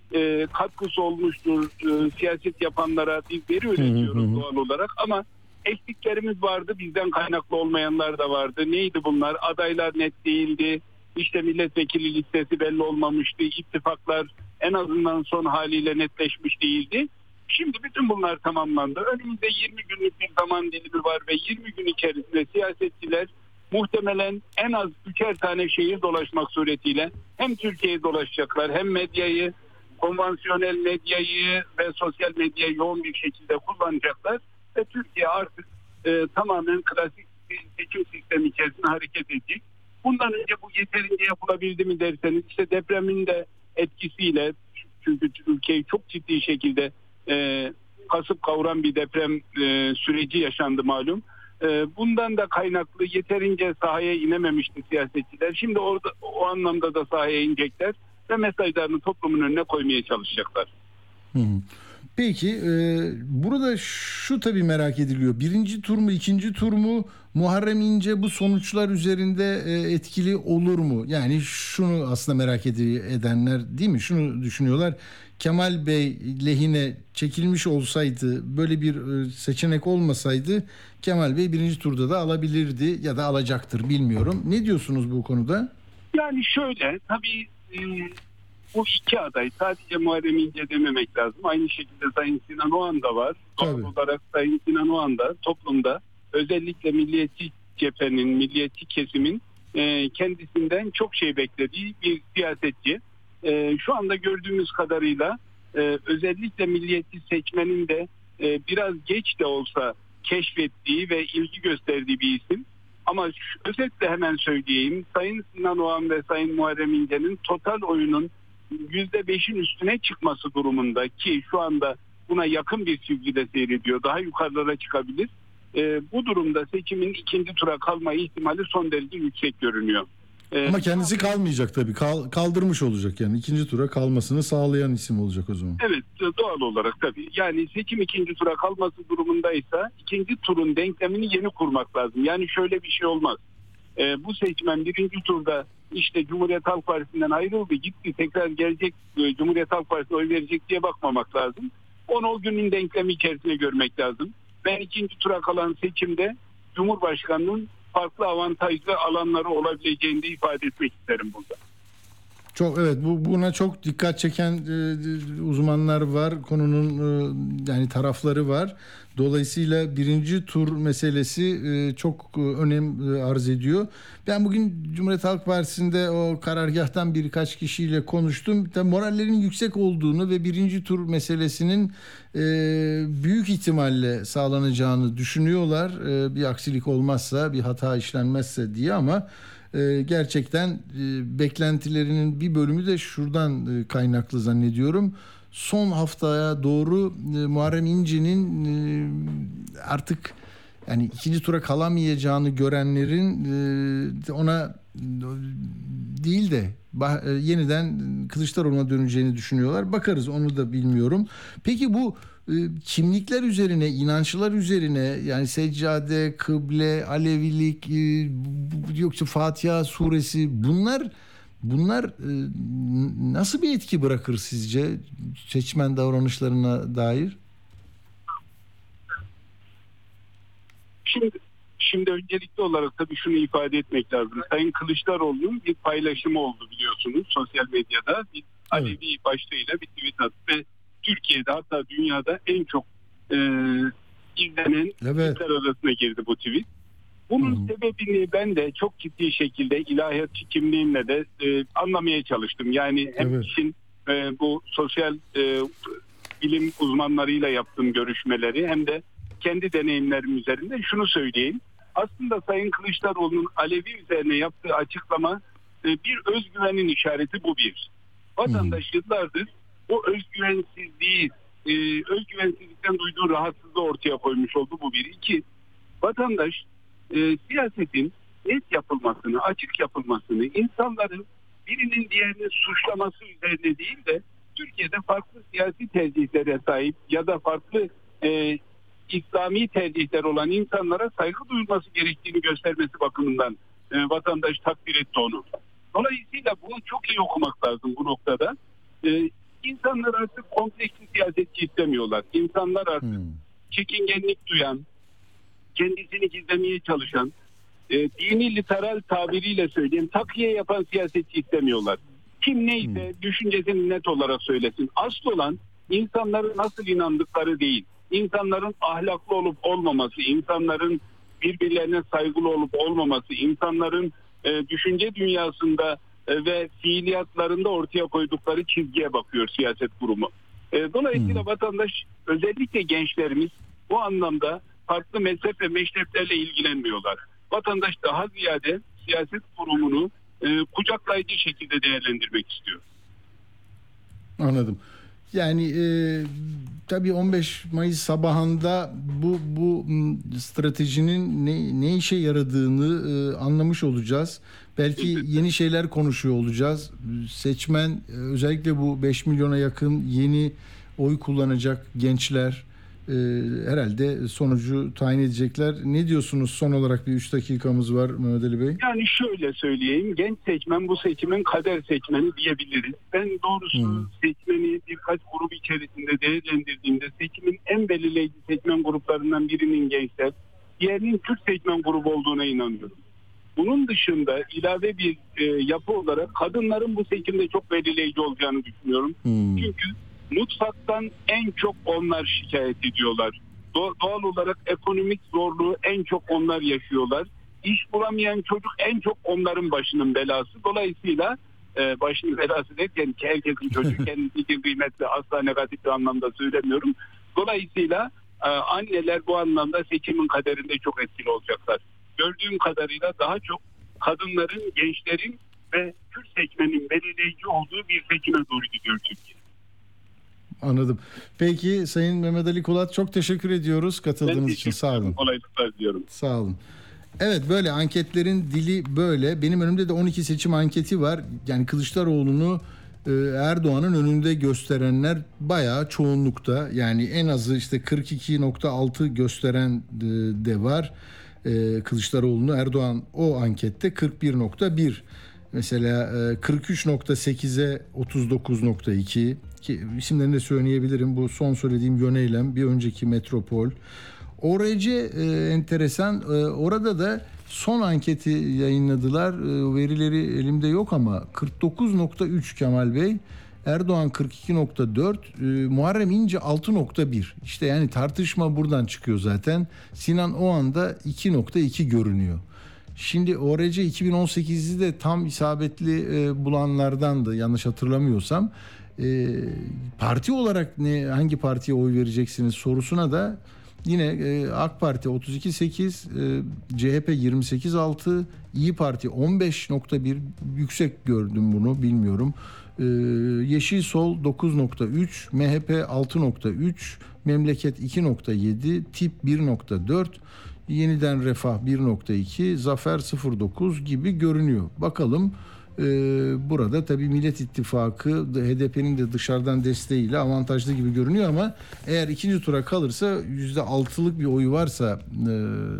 e, katkısı olmuştur. E, siyaset yapanlara biz veri üretiyoruz hı hı. doğal olarak ama eksiklerimiz vardı. Bizden kaynaklı olmayanlar da vardı. Neydi bunlar? Adaylar net değildi. İşte milletvekili listesi belli olmamıştı. İttifaklar en azından son haliyle netleşmiş değildi. Şimdi bütün bunlar tamamlandı. Önümüzde yirmi günlük bir zaman dilimi var ve yirmi gün içerisinde siyasetçiler muhtemelen en az üçer tane şehir dolaşmak suretiyle hem Türkiye'yi dolaşacaklar hem medyayı, konvansiyonel medyayı ve sosyal medyayı yoğun bir şekilde kullanacaklar ve Türkiye artık e, tamamen klasik bir seçim sistemi içerisinde hareket edecek. Bundan önce bu yeterince yapılabildi mi derseniz işte depremin de etkisiyle, çünkü ülkeyi çok ciddi şekilde e, kasıp kavuran bir deprem e, süreci yaşandı malum. E, bundan da kaynaklı yeterince sahaya inememişti siyasetçiler. Şimdi orada o anlamda da sahaya inecekler ve mesajlarını toplumun önüne koymaya çalışacaklar. Hı hı. Peki e, burada şu tabii merak ediliyor. Birinci tur mu, ikinci tur mu? Muharrem İnce bu sonuçlar üzerinde e, etkili olur mu? Yani şunu aslında merak ed- edenler değil mi? Şunu düşünüyorlar. Kemal Bey lehine çekilmiş olsaydı, böyle bir e, seçenek olmasaydı Kemal Bey birinci turda da alabilirdi ya da alacaktır, bilmiyorum. Ne diyorsunuz bu konuda? Yani şöyle tabii e, bu iki aday sadece Muharrem İnce dememek lazım. Aynı şekilde Sayın Sinan Oğan da var. Doğal olarak Sayın Sinan Oğan da toplumda özellikle milliyetçi cephenin, milliyetçi kesimin e, kendisinden çok şey beklediği bir siyasetçi. E, şu anda gördüğümüz kadarıyla e, özellikle milliyetçi seçmenin de e, biraz geç de olsa keşfettiği ve ilgi gösterdiği bir isim. Ama şu, özetle hemen söyleyeyim. Sayın Sinan Oğan ve Sayın Muharrem İnce'nin total oyunun yüzde beşin üstüne çıkması durumunda ki şu anda buna yakın bir çizgide seyrediyor. Daha yukarılara çıkabilir. E, bu durumda seçimin ikinci tura kalma ihtimali son derece yüksek görünüyor. E, Ama kendisi kalmayacak tabii. Kal, kaldırmış olacak yani. İkinci tura kalmasını sağlayan isim olacak o zaman. Evet, doğal olarak tabii. Yani seçim ikinci tura kalması durumundaysa ikinci turun denklemini yeni kurmak lazım. Yani şöyle bir şey olmaz. E, bu seçmen birinci turda işte Cumhuriyet Halk Partisi'nden ayrıldı, gitti, tekrar gelecek, e, Cumhuriyet Halk Partisi'ne oy verecek diye bakmamak lazım. Onu o günün denklemi içerisine görmek lazım. Ben ikinci tura kalan seçimde Cumhurbaşkanı'nın farklı avantajlı alanları olabileceğini de ifade etmek isterim burada. Çok evet, bu buna çok dikkat çeken e, uzmanlar var. Konunun e, yani tarafları var. Dolayısıyla birinci tur meselesi e, çok e, önem e, arz ediyor. Ben bugün Cumhuriyet Halk Partisi'nde o karargâhtan birkaç kişiyle konuştum. Tabii morallerin yüksek olduğunu ve birinci tur meselesinin e, büyük ihtimalle sağlanacağını düşünüyorlar. E, bir aksilik olmazsa, bir hata işlenmezse diye, ama e, gerçekten e, beklentilerinin bir bölümü de şuradan e, kaynaklı zannediyorum. Son haftaya doğru e, Muharrem İnce'nin e, artık yani ikinci tura kalamayacağını görenlerin e, ona değil de bah, e, yeniden Kılıçdaroğlu'na döneceğini düşünüyorlar. Bakarız, onu da bilmiyorum. Peki bu e, kimlikler üzerine, inançlar üzerine, yani seccade, kıble, Alevilik, e, yoksa Fatiha suresi, bunlar Bunlar e, nasıl bir etki bırakır sizce seçmen davranışlarına dair? Şimdi, şimdi öncelikli olarak tabii şunu ifade etmek lazım. Sayın Kılıçdaroğlu'nun bir paylaşımı oldu biliyorsunuz sosyal medyada. Bir Alevi evet. başlığıyla bir tweet attı ve Türkiye'de, hatta dünyada en çok e, izlenen evet. tweetler arasına girdi bu tweet. Bunun hmm. sebebini ben de çok ciddi şekilde ilahiyatçı kimliğimle de e, anlamaya çalıştım. Yani hem evet. işin e, bu sosyal e, bilim uzmanlarıyla yaptığım görüşmeleri hem de kendi deneyimlerim üzerinde şunu söyleyeyim. Aslında Sayın Kılıçdaroğlu'nun Alevi üzerine yaptığı açıklama e, bir özgüvenin işareti, bu bir. Vatandaş hmm. yıllardır o özgüvensizliği, e, özgüvensizlikten duyduğu rahatsızlığı ortaya koymuş oldu, bu bir. İki, vatandaş E, siyasetin net yapılmasını, açık yapılmasını, insanların birinin diğerini suçlaması üzerine değil de Türkiye'de farklı siyasi tercihlere sahip ya da farklı e, İslami tercihler olan insanlara saygı duyulması gerektiğini göstermesi bakımından e, vatandaş takdir etti onu. Dolayısıyla bunu çok iyi okumak lazım bu noktada. E, İnsanlar artık kompleksli siyasetçi istemiyorlar. İnsanlar artık hmm. çekingenlik duyan, kendisini gizlemeye çalışan, e, dini literal tabiriyle söyleyeyim, takiye yapan siyasetçi istemiyorlar. Kim neyse hmm. düşüncesini net olarak söylesin. Asıl olan insanların nasıl inandıkları değil. İnsanların ahlaklı olup olmaması, insanların birbirlerine saygılı olup olmaması, insanların e, düşünce dünyasında e, ve fiiliyatlarında ortaya koydukları çizgiye bakıyor siyaset kurumu. E, dolayısıyla hmm. vatandaş, özellikle gençlerimiz bu anlamda farklı mezhep ve meşreplerle ilgilenmiyorlar. Vatandaş daha ziyade siyaset kurumunu e, kucaklayıcı şekilde değerlendirmek istiyor. Anladım. Yani e, tabii on beş Mayıs sabahında bu bu stratejinin ne, ne işe yaradığını e, anlamış olacağız. Belki yeni şeyler konuşuyor olacağız. Seçmen, özellikle bu beş milyona yakın yeni oy kullanacak gençler e, herhalde sonucu tayin edecekler. Ne diyorsunuz? Son olarak bir üç dakikamız var Mehmet Ali Bey. Yani şöyle söyleyeyim. Genç seçmen bu seçimin kader seçmeni diyebiliriz. Ben doğrusu hmm. seçmeni birkaç grup içerisinde değerlendirdiğimde seçimin en belirleyici seçmen gruplarından birinin gençler, diğerinin Kürt seçmen grubu olduğuna inanıyorum. Bunun dışında ilave bir e, yapı olarak kadınların bu seçimde çok belirleyici olacağını düşünüyorum. Hmm. Çünkü mutfaktan en çok onlar şikayet ediyorlar. Doğal olarak ekonomik zorluğu en çok onlar yaşıyorlar. İş bulamayan çocuk en çok onların başının belası. Dolayısıyla e, başının belası derken ki herkesin çocuğu kendisi için kıymetli, asla negatif bir anlamda söylemiyorum. Dolayısıyla e, anneler bu anlamda seçimin kaderinde çok etkili olacaklar. Gördüğüm kadarıyla daha çok kadınların, gençlerin ve Kürt seçmenin belirleyici olduğu bir seçime doğru gidiyor Türkiye. Anladım. Peki Sayın Mehmet Ali Kulat, çok teşekkür ediyoruz katıldığınız için. Sağ olun. Kolaylıklar diliyorum. Sağ olun. Evet, böyle anketlerin dili böyle. Benim önümde de on iki seçim anketi var. Yani Kılıçdaroğlu'nu Erdoğan'ın önünde gösterenler bayağı çoğunlukta. Yani en azı işte kırk iki nokta altı gösteren de var. Kılıçdaroğlu'nu, Erdoğan o ankette kırk bir nokta bir. Mesela kırk üç nokta sekize otuz dokuz nokta iki. Ki isimlerini de söyleyebilirim. Bu son söylediğim Yöneylem, bir önceki Metropol. O R C e, enteresan. E, orada da son anketi yayınladılar. E, verileri elimde yok ama kırk dokuz nokta üç Kemal Bey, Erdoğan kırk iki nokta dört, e, Muharrem İnce altı nokta bir. İşte yani tartışma buradan çıkıyor zaten. Sinan Oğan'da iki nokta iki görünüyor. Şimdi O R C iki bin on sekiz'i de tam isabetli e, bulanlardandı yanlış hatırlamıyorsam. E, parti olarak ne, hangi partiye oy vereceksiniz sorusuna da yine e, AK Parti otuz iki nokta sekiz, e, C H P yirmi sekiz nokta altı, İyi Parti on beş nokta bir, yüksek gördüm bunu, bilmiyorum. E, Yeşil Sol dokuz nokta üç, M H P altı nokta üç, Memleket iki nokta yedi, Tip bir nokta dört, Yeniden Refah bir nokta iki, Zafer sıfır nokta dokuz gibi görünüyor. Bakalım. Burada tabii Millet İttifakı H D P'nin de dışarıdan desteğiyle avantajlı gibi görünüyor ama eğer ikinci tura kalırsa yüzde altılık bir oyu varsa e,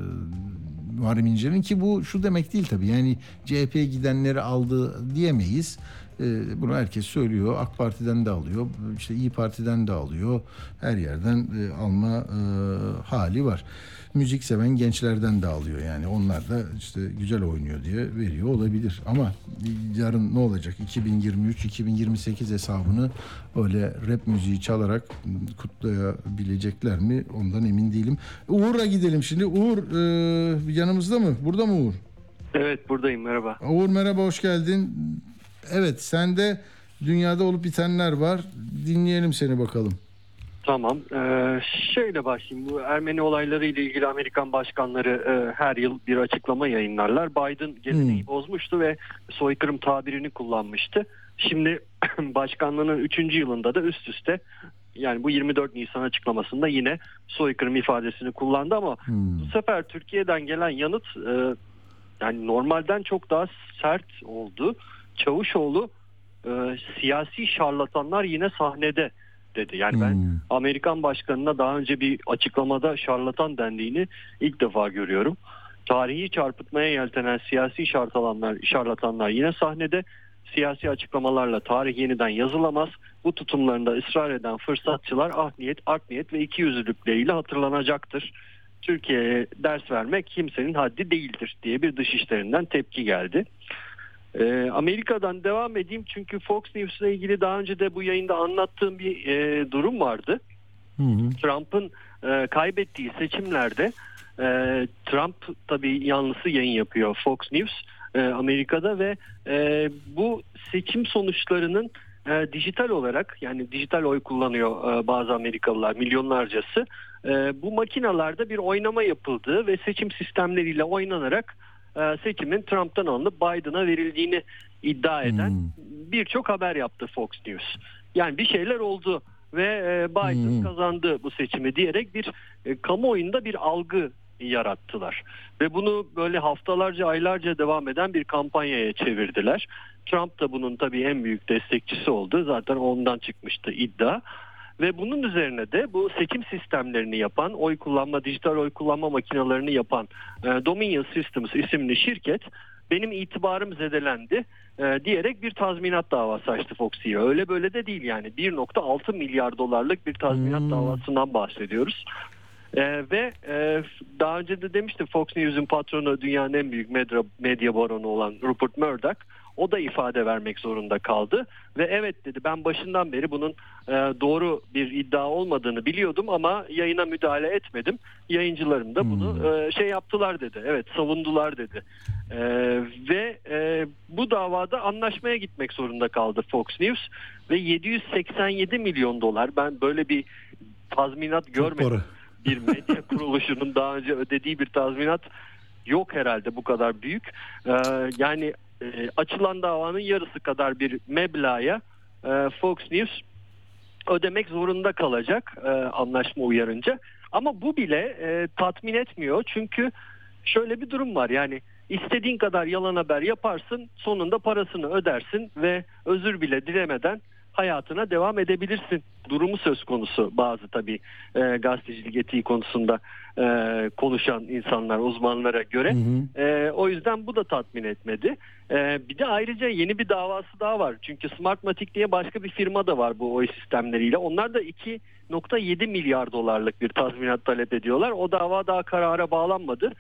Muharrem İnce'nin, ki bu şu demek değil tabii, yani C H P'ye gidenleri aldı diyemeyiz. E, bunu herkes söylüyor. AK Parti'den de alıyor, işte İyi Parti'den de alıyor, her yerden e, alma e, hali var. Müzik seven gençlerden de alıyor, yani onlar da işte güzel oynuyor diye veriyor olabilir. Ama yarın ne olacak? iki bin yirmi üç iki bin yirmi sekiz hesabını öyle rap müziği çalarak kutlayabilecekler mi? Ondan emin değilim. Uğur'a gidelim şimdi. Uğur e, yanımızda mı? Burada mı Uğur? Evet, buradayım, merhaba. Uğur merhaba, hoş geldin. Evet, sende dünyada olup bitenler var. Dinleyelim seni bakalım. Tamam. Ee, şöyle başlayayım. Bu Ermeni olayları ile ilgili Amerikan başkanları e, her yıl bir açıklama yayınlarlar. Biden geleneği hmm. bozmuştu ve soykırım tabirini kullanmıştı. Şimdi başkanlığının üçüncü yılında da üst üste, yani bu yirmi dört Nisan açıklamasında yine soykırım ifadesini kullandı ama hmm. bu sefer Türkiye'den gelen yanıt e, yani normalden çok daha sert oldu. Çavuşoğlu e, siyasi şarlatanlar yine sahnede dedi. Yani hmm. ben Amerikan başkanına daha önce bir açıklamada şarlatan dendiğini ilk defa görüyorum. Tarihi çarpıtmaya yeltenen siyasi şarlatanlar, şarlatanlar yine sahnede. Siyasi açıklamalarla tarih yeniden yazılamaz. Bu tutumlarında ısrar eden fırsatçılar ah niyet, art niyet ve ikiyüzlülükleriyle hatırlanacaktır. Türkiye'ye ders vermek kimsenin haddi değildir diye bir dışişlerinden tepki geldi. Ee, Amerika'dan devam edeyim çünkü Fox News'la ilgili daha önce de bu yayında anlattığım bir e, durum vardı. Hı hı. Trump'ın e, kaybettiği seçimlerde e, Trump tabii yanlısı yayın yapıyor Fox News e, Amerika'da ve e, bu seçim sonuçlarının e, dijital olarak, yani dijital oy kullanıyor e, bazı Amerikalılar, milyonlarcası. E, bu makinalarda bir oynama yapıldığı ve seçim sistemleriyle oynanarak e, seçimin Trump'tan alınıp Biden'a verildiğini iddia eden hmm. birçok haber yaptı Fox News. Yani bir şeyler oldu ve e, Biden hmm. kazandı bu seçimi diyerek bir e, kamuoyunda bir algı yarattılar. Ve bunu böyle haftalarca, aylarca devam eden bir kampanyaya çevirdiler. Trump da bunun tabii en büyük destekçisi oldu. Zaten ondan çıkmıştı iddia. Ve bunun üzerine de bu seçim sistemlerini yapan, oy kullanma, dijital oy kullanma makinelerini yapan e, Dominion Systems isimli şirket benim itibarım zedelendi e, diyerek bir tazminat davası açtı Fox'ya. Öyle böyle de değil yani. bir nokta altı milyar dolarlık bir tazminat hmm. davasından bahsediyoruz. Ee, ve e, daha önce de demiştim, Fox News'un patronu dünyanın en büyük medya, medya baronu olan Rupert Murdoch, o da ifade vermek zorunda kaldı ve evet dedi, ben başından beri bunun e, doğru bir iddia olmadığını biliyordum ama yayına müdahale etmedim. Yayıncılarım da bunu hmm. e, şey yaptılar dedi, evet savundular dedi. E, ve e, bu davada anlaşmaya gitmek zorunda kaldı Fox News ve yedi yüz seksen yedi milyon dolar, ben böyle bir tazminat görmedim. Bir medya kuruluşunun daha önce ödediği bir tazminat yok herhalde bu kadar büyük. Ee, yani e, açılan davanın yarısı kadar bir meblağa e, Fox News ödemek zorunda kalacak e, anlaşma uyarınca. Ama bu bile e, tatmin etmiyor. Çünkü şöyle bir durum var, yani istediğin kadar yalan haber yaparsın, sonunda parasını ödersin ve özür bile dilemeden hayatına devam edebilirsin durumu söz konusu bazı tabii e, gazetecilik etiği konusunda e, konuşan insanlar, uzmanlara göre. Hı hı. E, o yüzden bu da tatmin etmedi. E, bir de ayrıca yeni bir davası daha var. Çünkü Smartmatic diye başka bir firma da var bu oy sistemleriyle. Onlar da iki nokta yedi milyar dolarlık bir tazminat talep ediyorlar. O dava daha karara bağlanmadı.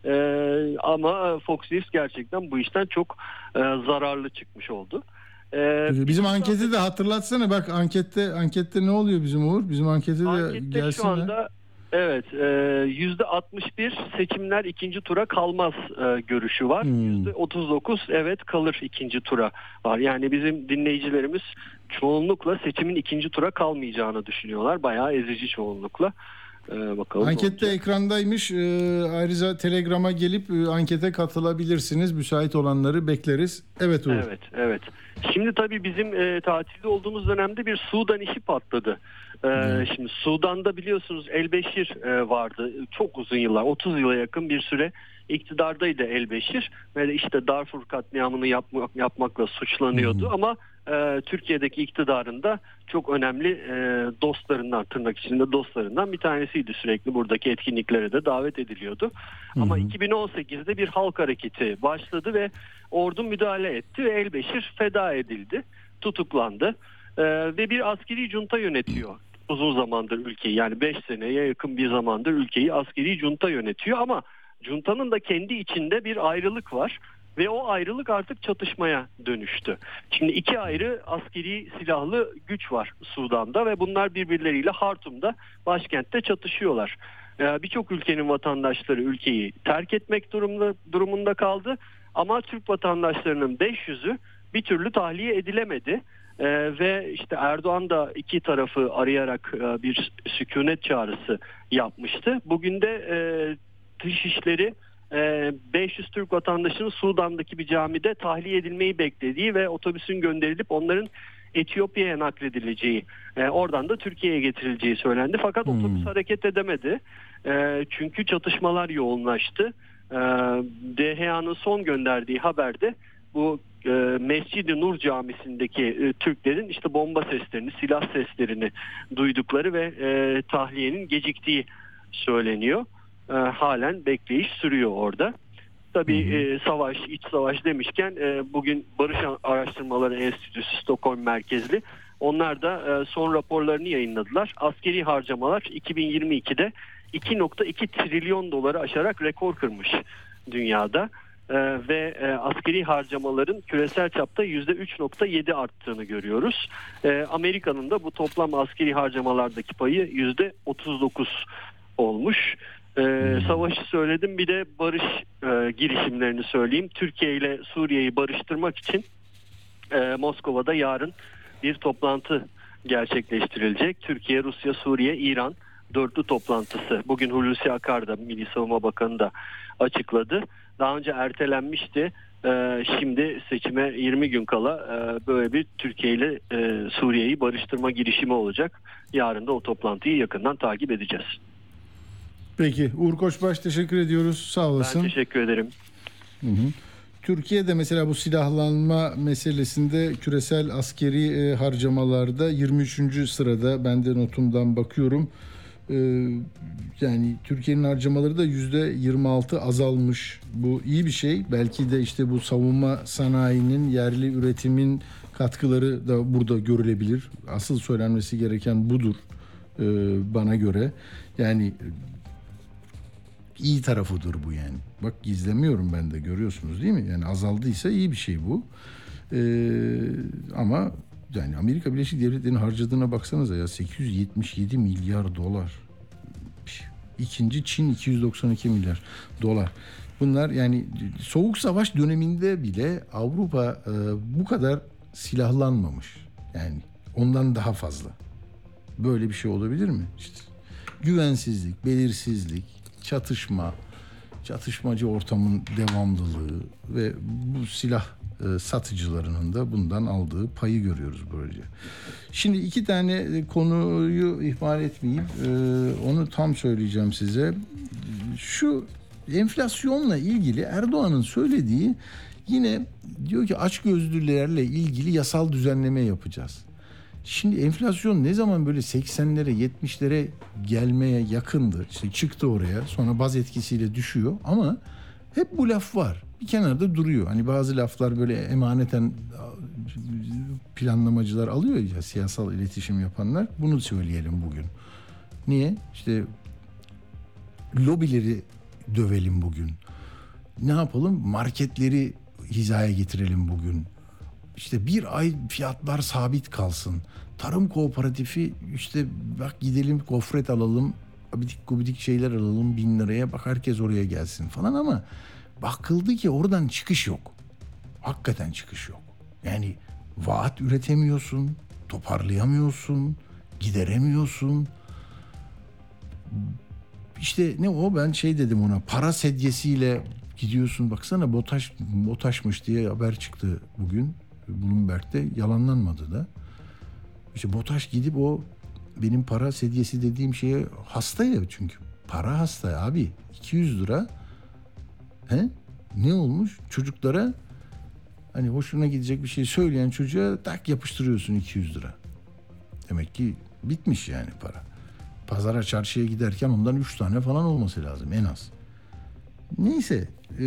Ee, ama Fox News gerçekten bu işten çok e, zararlı çıkmış oldu. Ee, bizim anketi de hatırlatsana, bak ankette ankette ne oluyor bizim Uğur? Bizim ankete de ankette gelsin. Şu anda evet yüzde altmış bir seçimler ikinci tura kalmaz e, görüşü var. Yüzde otuz dokuz evet kalır ikinci tura var. Yani bizim dinleyicilerimiz çoğunlukla seçimin ikinci tura kalmayacağını düşünüyorlar. Bayağı ezici çoğunlukla. Ee, bakalım. Ankette ekrandaymış. Ee, ayrıca Telegram'a gelip e, ankete katılabilirsiniz. Müsait olanları bekleriz. Evet Uğur. Evet, evet. Şimdi tabii bizim e, tatilde olduğumuz dönemde bir Sudan işi patladı. Ee, hmm. Şimdi Sudan'da biliyorsunuz El-Beşir e, vardı. Çok uzun yıllar, otuz yıla yakın bir süre iktidardaydı El-Beşir. Ve işte Darfur katliamını yapmak, yapmakla suçlanıyordu. Hmm. Ama e, Türkiye'deki iktidarında çok önemli e, dostlarından, tırnak içinde dostlarından bir tanesiydi. Sürekli buradaki etkinliklere de davet ediliyordu. Hmm. Ama iki bin on sekizde bir halk hareketi başladı ve ordu müdahale etti ve El-Beşir feda edildi, tutuklandı e, ve bir askeri junta yönetiyor uzun zamandır ülkeyi. Yani beş seneye yakın bir zamandır ülkeyi askeri junta yönetiyor ama juntanın da kendi içinde bir ayrılık var ve o ayrılık artık çatışmaya dönüştü. Şimdi iki ayrı askeri silahlı güç var Sudan'da ve bunlar birbirleriyle Hartum'da, başkentte çatışıyorlar. Ee, Birçok ülkenin vatandaşları ülkeyi terk etmek durumunda, durumunda kaldı ama Türk vatandaşlarının beş yüzü bir türlü tahliye edilemedi. Ee, ve işte Erdoğan da iki tarafı arayarak e, bir sükunet çağrısı yapmıştı. Bugün de e, Dışişleri e, beş yüz Türk vatandaşının Sudan'daki bir camide tahliye edilmeyi beklediği ve otobüsün gönderilip onların Etiyopya'ya nakledileceği, e, oradan da Türkiye'ye getirileceği söylendi. Fakat hmm. otobüs hareket edemedi. E, çünkü çatışmalar yoğunlaştı. E, D H A'nın son gönderdiği haberde bu e, Mescid-i Nur Camisi'ndeki e, Türklerin işte bomba seslerini, silah seslerini duydukları ve e, tahliyenin geciktiği söyleniyor. E, halen bekleyiş sürüyor orada. Tabii e, savaş, iç savaş demişken e, bugün Barış Araştırma Araştırmaları Enstitüsü Stockholm merkezli. Onlar da son raporlarını yayınladılar. Askeri harcamalar iki bin yirmi ikide iki virgül iki trilyon doları aşarak rekor kırmış dünyada. Ee, ve e, askeri harcamaların küresel çapta yüzde üç virgül yedi arttığını görüyoruz. Ee, Amerika'nın da bu toplam askeri harcamalardaki payı yüzde otuz dokuz olmuş. Ee, savaşı söyledim, bir de barış e, girişimlerini söyleyeyim. Türkiye ile Suriye'yi barıştırmak için e, Moskova'da yarın bir toplantı gerçekleştirilecek. Türkiye, Rusya, Suriye, İran dörtlü toplantısı. Bugün Hulusi Akar da, Milli Savunma Bakanı da açıkladı. Daha önce ertelenmişti. Ee, şimdi seçime yirmi gün kala e, böyle bir Türkiye ile e, Suriye'yi barıştırma girişimi olacak. Yarın da o toplantıyı yakından takip edeceğiz. Peki Uğur Koçbaş, teşekkür ediyoruz. Sağ olasın. Ben teşekkür ederim. Hı hı. Türkiye'de mesela bu silahlanma meselesinde küresel askeri e, harcamalarda yirmi üçüncü sırada, ben de notumdan bakıyorum. E, yani Türkiye'nin harcamaları da yüzde yirmi altı azalmış. Bu iyi bir şey. Belki de işte bu savunma sanayinin, yerli üretimin katkıları da burada görülebilir. Asıl söylenmesi gereken budur e, bana göre. Yani iyi tarafıdır bu yani. Bak gizlemiyorum ben de, görüyorsunuz değil mi? Yani azaldıysa iyi bir şey bu. Ee, ama yani Amerika Birleşik Devletleri'nin harcadığına baksanıza ya, sekiz yüz yetmiş yedi milyar dolar. İkinci Çin iki yüz doksan iki milyar dolar. Bunlar yani Soğuk Savaş döneminde bile Avrupa e, bu kadar silahlanmamış. Yani ondan daha fazla. Böyle bir şey olabilir mi? İşte güvensizlik, belirsizlik, çatışma, çatışmacı ortamın devamlılığı ve bu silah e, satıcılarının da bundan aldığı payı görüyoruz böylece. Şimdi iki tane konuyu ihmal etmeyeyim, e, onu tam söyleyeceğim size. Şu enflasyonla ilgili Erdoğan'ın söylediği, yine diyor ki açgözlülerle ilgili yasal düzenleme yapacağız. Şimdi enflasyon ne zaman böyle seksenlere yetmişlere gelmeye yakındı, işte çıktı oraya, sonra baz etkisiyle düşüyor ama hep bu laf var, bir kenarda duruyor. Hani bazı laflar böyle emaneten planlamacılar alıyor ya, siyasal iletişim yapanlar, bunu söyleyelim bugün. Niye? İşte lobileri dövelim bugün. Ne yapalım? Marketleri hizaya getirelim bugün. İşte bir ay fiyatlar sabit kalsın. Tarım kooperatifi, işte bak gidelim gofret alalım, abidik gubidik şeyler alalım bin liraya, bak herkes oraya gelsin falan, ama bakıldı ki oradan çıkış yok. Hakikaten çıkış yok. Yani vaat üretemiyorsun, toparlayamıyorsun, gideremiyorsun. İşte ne o, ben şey dedim ona, para sedyesiyle gidiyorsun, baksana BOTAŞ, BOTAŞ'mış diye haber çıktı bugün Bloomberg'de, yalanlanmadı da. İşte BOTAŞ gidip o benim para sedyesi dediğim şeye hasta ya, çünkü para hasta abi. iki yüz lira he? Ne olmuş çocuklara, hani hoşuna gidecek bir şey söyleyen çocuğa tak yapıştırıyorsun iki yüz lira. Demek ki bitmiş yani para. Pazara çarşıya giderken ondan üç tane falan olması lazım en az. Neyse. E,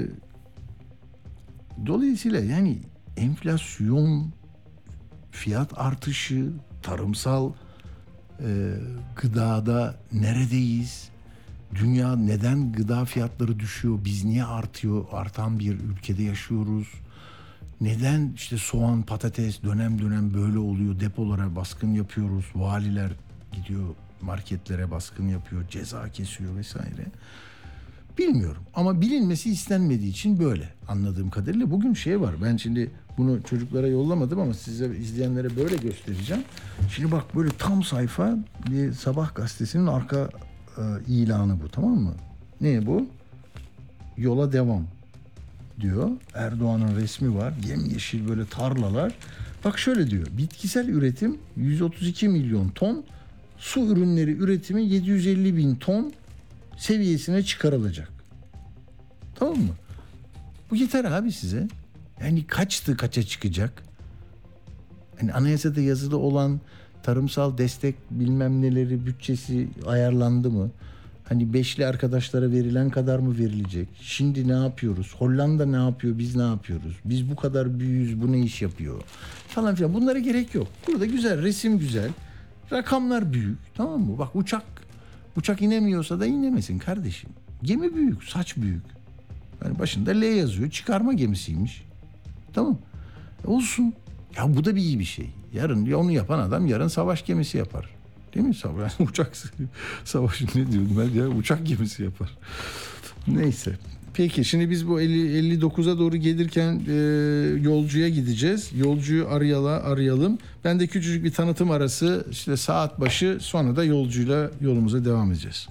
dolayısıyla yani enflasyon, fiyat artışı, tarımsal e, gıdada neredeyiz? Dünya neden gıda fiyatları düşüyor? Biz niye artıyor? Artan bir ülkede yaşıyoruz. Neden işte soğan, patates dönem dönem böyle oluyor? Depolara baskın yapıyoruz. Valiler gidiyor marketlere baskın yapıyor, ceza kesiyor vesaire. Bilmiyorum ama bilinmesi istenmediği için böyle, anladığım kadarıyla. Bugün şey var, ben şimdi bunu çocuklara yollamadım ama size, izleyenlere böyle göstereceğim. Şimdi bak, böyle tam sayfa bir Sabah gazetesinin arka e, ilanı bu, tamam mı? Ne bu? Yola devam diyor. Erdoğan'ın resmi var. Yemyeşil böyle tarlalar. Bak şöyle diyor. Bitkisel üretim yüz otuz iki milyon ton, su ürünleri üretimi yedi yüz elli bin ton seviyesine çıkarılacak. Tamam mı? Bu yeter abi size. Yani kaçtı kaça çıkacak? Yani anayasada yazılı olan tarımsal destek bilmem neleri bütçesi ayarlandı mı? Hani beşli arkadaşlara verilen kadar mı verilecek? Şimdi ne yapıyoruz? Hollanda ne yapıyor? Biz ne yapıyoruz? Biz bu kadar büyüğüz. Bu ne iş yapıyor? Falan filan. Bunlara gerek yok. Burada güzel, resim güzel. Rakamlar büyük. Tamam mı? Bak uçak uçak inemiyorsa da inemesin kardeşim. Gemi büyük, saç büyük. Yani başında L yazıyor. Çıkarma gemisiymiş. Tamam. Olsun. Ya bu da bir iyi bir şey. Yarın ya onu yapan adam yarın savaş gemisi yapar. Değil mi? Savaş, uçak savaşı ne diyordum ben ya? Uçak gemisi yapar. Neyse. Peki şimdi biz bu elli, elli dokuza doğru gelirken e, yolcuya gideceğiz. Yolcuyu arayala, arayalım. Ben de küçücük bir tanıtım arası, işte saat başı, sonra da yolcuyla yolumuza devam edeceğiz.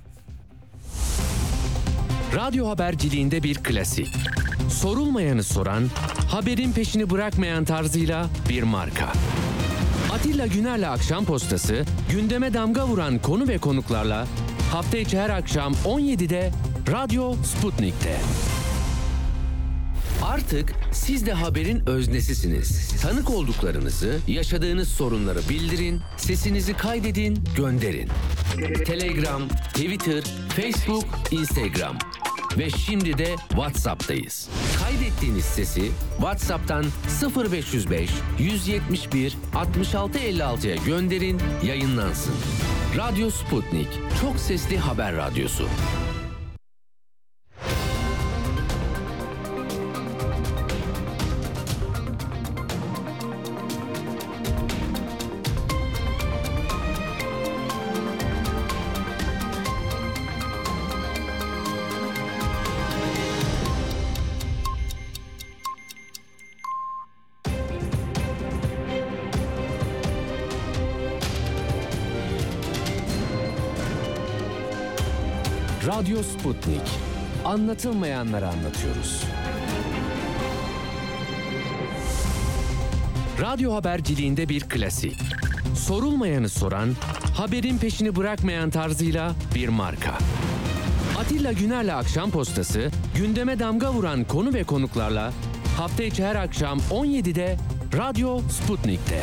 Radyo haberciliğinde bir klasik. Sorulmayanı soran, haberin peşini bırakmayan tarzıyla bir marka. Atilla Güner'le Akşam Postası, gündeme damga vuran konu ve konuklarla hafta içi her akşam on yedide Radyo Sputnik'te. Artık siz de haberin öznesisiniz. Tanık olduklarınızı, yaşadığınız sorunları bildirin, sesinizi kaydedin, gönderin. Telegram, Twitter, Facebook, Instagram ve şimdi de WhatsApp'tayız. Kaydettiğiniz sesi WhatsApp'tan sıfır beş yüz beş yüz yetmiş bir altmış altı elli altıya gönderin, yayınlansın. Radyo Sputnik, çok sesli haber radyosu. Radyo Sputnik. Anlatılmayanları anlatıyoruz. Radyo haberciliğinde bir klasik. Sorulmayanı soran, haberin peşini bırakmayan tarzıyla bir marka. Atilla Güner'le Akşam Postası, gündeme damga vuran konu ve konuklarla hafta içi her akşam on yedide Radyo Sputnik'te.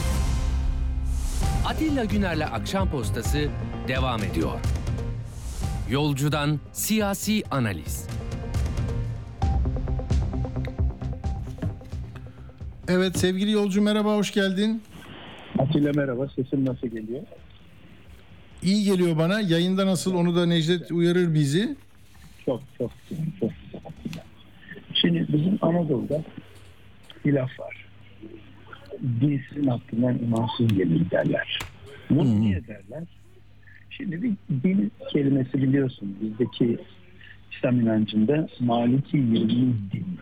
Atilla Güner'le Akşam Postası devam ediyor. Yolcudan siyasi analiz. Evet sevgili yolcu, merhaba, hoş geldin. Atilla merhaba, sesim nasıl geliyor? İyi geliyor bana. Yayında nasıl, onu da Necdet uyarır bizi. Çok çok güzel, çok güzel. Şimdi bizim Anadolu'da bir laf var. Dinsizin hakkından imansız gelir derler. Bunu hmm. niye derler? Şimdi bir din kelimesi biliyorsun. Bizdeki İslam inancında Maliki yevmi din.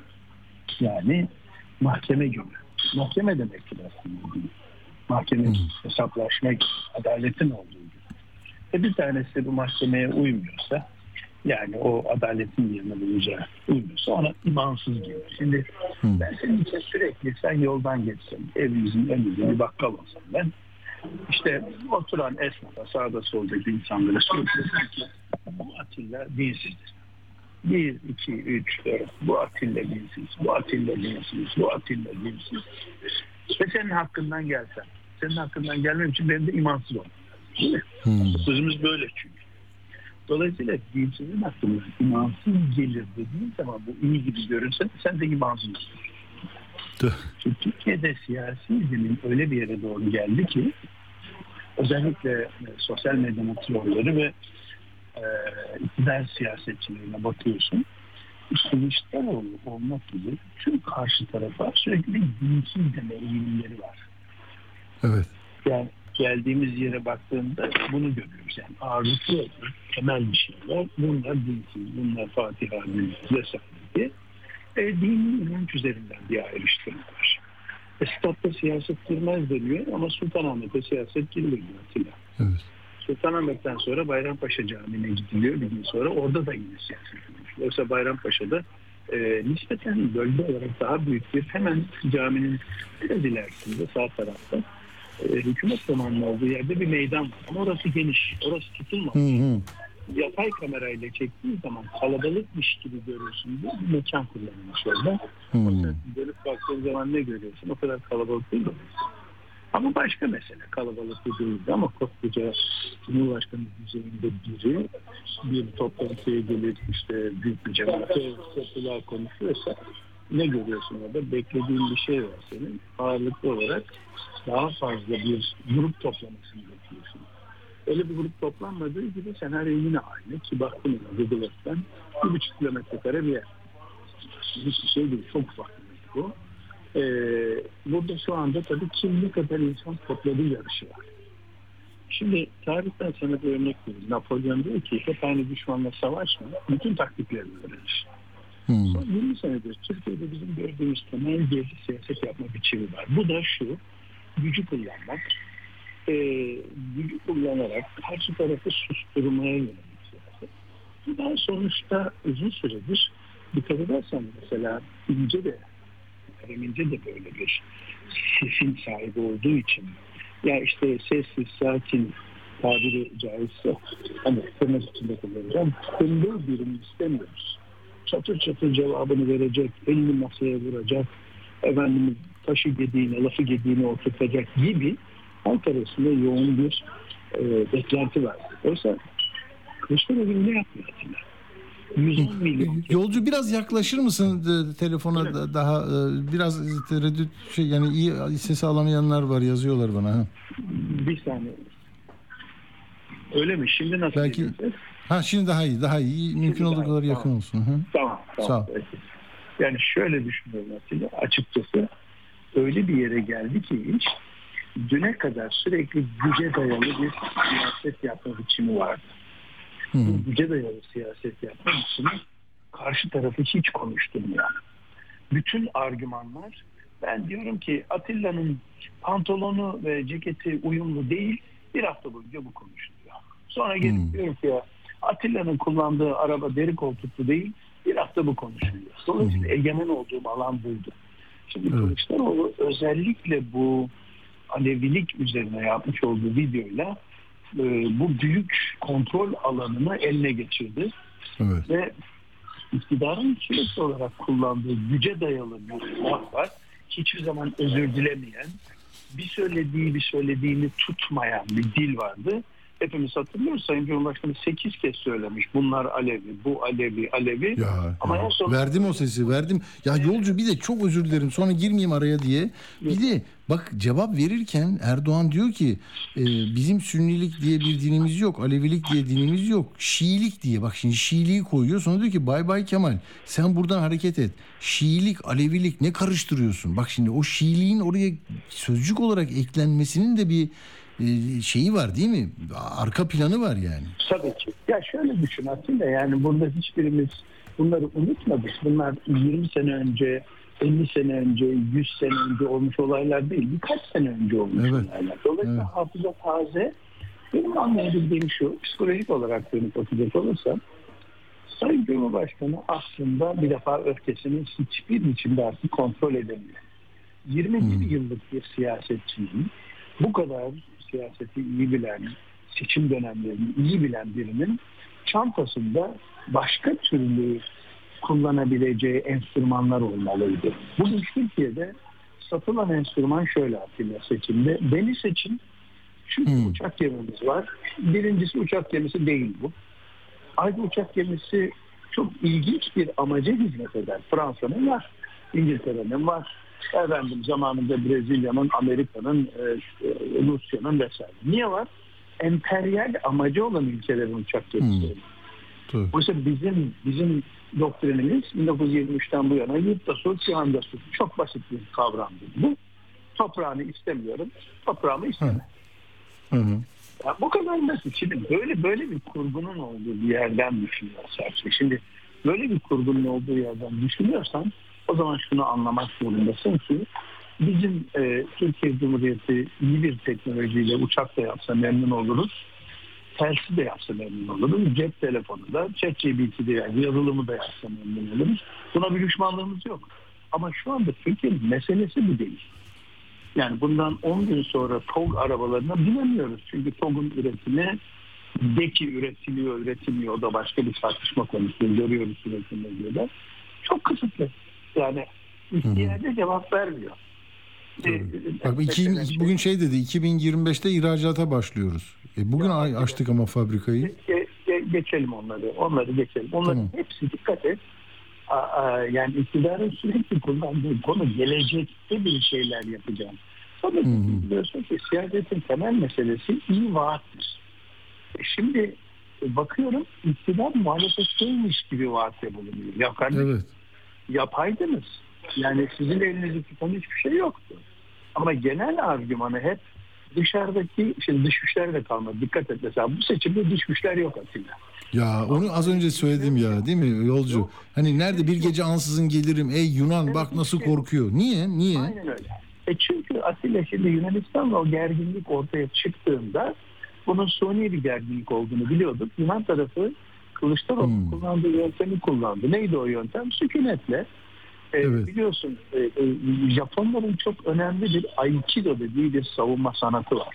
Yani mahkeme günü. Mahkeme demektir aslında. Mahkeme hmm. hesaplaşma, adaletin olduğu gibi. E bir tanesi bu mahkemeye uymuyorsa, yani o adaletin yerine bulacağı uymuyorsa ona imansız gelir. Şimdi hmm. ben senin için sürekli sen yoldan geçsen, evimizin önünde bir bakkal olsam ben, İşte oturan esnafa, sağda soldaki insanlara söylüyorsun ki bu Atilla dinsizdir. Bir, iki, üç, dört, bu Atilla dinsiz, bu Atilla dinsiz, bu Atilla dinsiz. Ve senin hakkından gelsem, senin hakkından gelmem için benim de imansız olmam. Değil mi? Hmm. Sözümüz böyle çünkü. Dolayısıyla dinsizin hakkından imansız gelir dediğin zaman bu iyi gibi görünse sen de imansız olursun. Çünkü Türkiye'de siyasi izlemin öyle bir yere doğru geldi ki özellikle e, sosyal medya trolleri ve e, iktidar siyasetçilerine bakıyorsun. Kılıçdaroğlu olmak gibi tüm karşı tarafa sürekli dinsiz deme eğilimleri var. Evet. Yani geldiğimiz yere baktığında bunu görüyoruz. Yani ağırlıklı temel bir şeyler. Bunlar dinsiz, bunlar Fatiha dinsiz vesaire diye. E, dini inanç üzerinden bir ayrıştırma var. E, statta siyaset girmez deniyor ama Sultanahmet'e siyaset girilir Atilla. Evet. Sultanahmet'ten sonra Bayrampaşa Camii'ne gidiliyor bir gün sonra. Orada da yine siyaset girilir. Oysa Bayrampaşa'da e, nispeten bölge olarak daha büyük bir, hemen caminin biraz ilerisinde sağ tarafta e, hükümet zamanının olduğu yerde bir meydan var. Ama orası geniş. Orası tutulmamış. Hı hı. Yapay kamerayla çektiğin zaman kalabalıkmış gibi görüyorsun. Bir mekan kullanılmış orada. Hmm. Dönüp baktığın zaman ne görüyorsun? O kadar kalabalık değil mi? Ama başka mesele, kalabalık değildi ama koskoca Cumhurbaşkanı düzeyinde biri bir toplantıya gelir, işte büyük bir cemaate popüler konuşuyorsa ne görüyorsun orada? Beklediğin bir şey var senin. Ağırlıklı olarak daha fazla bir grup toplamasını bekliyorsun. Öyle bir grup toplanmadığı gibi senaryo yine aynı ki baktım Google'dan bir buçuk kilometre kare bir yer. Hiçbir şey değil, çok ufak bir bu. Ee, burada şu anda tabii kim ne kadar insan topladığı yarışı var. Şimdi tarihten sana bir örnek vereyim. Napolyon diyor ki hep aynı düşmanla savaşma, bütün taktiklerini öğrenir. Hmm. Son yirmi senedir Türkiye'de bizim gördüğümüz temel gezi siyaset yapma biçimi var. Bu da şu, gücü kullanmak, e, gücü kullanarak karşı tarafı susturmaya yönelik siyaset. Daha sonuçta uzun süredir dikkat edersen mesela İnce de Kerem İnce de böyle bir sesin sahibi olduğu için ya işte sessiz, sakin tabiri caizse hani tırnak içinde kullanacağım. Kındır birini istemiyoruz. Çatır çatır cevabını verecek, elini masaya vuracak, efendim taşı gediğine, lafı gediğine oturtacak gibi halk arasında yoğun bir e, beklenti var. Oysa Kılıçdaroğlu ne yapmıyor Atilla? yüz on milyon. Yolcu biraz yaklaşır mısın de, telefona evet. da, daha e, biraz tereddüt şey yani iyi sesi alamayanlar var yazıyorlar bana. Ha. Bir saniye. Öyle mi? Şimdi nasıl? Belki. Ha şimdi daha iyi, daha iyi. Şimdi mümkün olduğu kadar yakın tamam. olsun. Hı. Tamam, tamam. Sağ ol. Yani şöyle düşünüyorum Atilla. Açıkçası öyle bir yere geldi ki iş düne kadar sürekli güce dayalı bir siyaset yapma biçimi vardı. Hmm. Bu güce dayalı siyaset yapma biçimi karşı tarafı hiç konuşturmuyor. Bütün argümanlar, ben diyorum ki Atilla'nın pantolonu ve ceketi uyumlu değil, bir hafta boyunca bu konuşuluyor. Sonra gelip hmm. diyorum ki Atilla'nın kullandığı araba deri koltuklu değil, bir hafta bu konuşuluyor. Dolayısıyla hmm. egemen olduğum alan buydu. Şimdi evet. Kılıçdaroğlu özellikle bu Alevilik üzerine yapmış olduğu videoyla e, bu büyük kontrol alanını eline geçirdi. Evet. Ve iktidarın sürekli olarak kullandığı güce dayalı bir laf var. Hiçbir zaman özür dilemeyen, bir söylediği bir söylediğini tutmayan bir dil vardı. Hepimiz hatırlıyoruz. Sayın Cumhurbaşkanı sekiz kez söylemiş. Bunlar Alevi, bu Alevi, Alevi. Ya, ama ya. En son... Verdim o sesi, verdim. Ya yolcu bir de çok özür dilerim sonra girmeyeyim araya diye. Bir de bak cevap verirken Erdoğan diyor ki e, bizim Sünnilik diye bir dinimiz yok, Alevilik diye dinimiz yok. Şiilik diye bak şimdi Şiiliği koyuyor. Sonra diyor ki bay bay Kemal sen buradan hareket et. Şiilik, Alevilik ne karıştırıyorsun? Bak şimdi o Şiiliğin oraya sözcük olarak eklenmesinin de bir şeyi var değil mi? Arka planı var yani. Tabii ki. Ya şöyle düşün aslında yani burada hiçbirimiz bunları unutmadık. Bunlar yirmi sene önce, elli sene önce, yüz sene önce olmuş olaylar değil. Birkaç sene önce olmuş evet. olaylar. Dolayısıyla evet. hafıza taze. Benim anlayabildiğim şu, psikolojik olarak dönüp bakacak olursam Sayın Cumhurbaşkanı aslında bir defa öfkesini hiçbir biçimde artık kontrol edemiyor. yirmi bir hmm. yıllık bir siyasetçinin bu kadar siyaseti iyi bilen, seçim dönemlerini iyi bilen birinin çantasında başka türlü kullanabileceği enstrümanlar olmalıydı. Bugün Türkiye'de satılan enstrüman şöyle Atilla seçimde. Beni seçin çünkü hmm. uçak gemimiz var. Birincisi uçak gemisi değil bu. Ayrıca uçak gemisi çok ilginç bir amaca hizmet eder. Fransa'nın var, İngiltere'nin var. Efendim zamanında Brezilya'nın, Amerika'nın, e, Rusya'nın vesaire. Niye var? Emperyal amacı olan ülkelerin uçak gemisi. Hmm. Oysa bizim bizim doktrinimiz bin dokuz yüz yirmi üçten bu yana yurtta sul, sihanda sul. Çok basit bir kavramdır bu. Toprağını istemiyorum, toprağımı isteme. Hmm. Hmm. Ya bu kadar basit. Şimdi böyle böyle bir kurgunun olduğu bir yerden düşünüyorsan, şimdi böyle bir kurgunun olduğu yerden düşünüyorsan o zaman şunu anlamak zorundasın ki bizim e, Türkiye Cumhuriyeti iyi bir teknolojiyle uçak da yapsa memnun oluruz. Tersi de yapsa memnun oluruz. Cep telefonu da, ChatGPT'de yani yazılımı da yapsa memnun oluruz. Buna bir düşmanlığımız yok. Ama şu anda Türkiye'nin meselesi bu değil. Yani bundan on gün sonra T O G arabalarına binemiyoruz. Çünkü T O G'un üretimi de ki üretiliyor, üretilmiyor. O da başka bir tartışma konusu. Görüyoruz üretimleri diyorlar. Çok kısıtlı. Yani ihtiyacı cevap vermiyor. Tabii. Bak iki, bugün şey dedi, iki bin yirmi beşte ihracata başlıyoruz. E bugün ya, açtık ama fabrikayı. Ge, ge, geçelim onları. Onları geçelim. Onların tamam. hepsi dikkat et. A, a, yani iktidarın sürekli kullandığı konu gelecekte bir şeyler yapacağım. Tabii hmm. biliyorsun ki siyasetin temel meselesi iyi vaattir. E şimdi e, bakıyorum iktidar muhalefetteymiş gibi vaatte bulunuyor. Ya kardeşim, evet. yapaydınız. Yani sizin elinizi tutan hiçbir şey yoktu. Ama genel argümanı hep dışarıdaki, şimdi dış güçler de kalmadı. Dikkat et mesela bu seçimde dış güçler yok Atilla. Ya onu az önce söyledim ya, değil mi yolcu? Yok. Hani nerede bir gece ansızın gelirim, ey Yunan evet, bak nasıl korkuyor. Niye? Niye? Aynen öyle. E çünkü Atilla şimdi Yunanistan'la o gerginlik ortaya çıktığında bunun suni bir gerginlik olduğunu biliyorduk. Yunan tarafı Kılıçdaroğlu hmm. kullandığı yöntemi kullandı. Neydi o yöntem? Sükunetle. E, evet. Biliyorsun e, e, Japonların çok önemli bir Aikido dediği bir savunma sanatı var.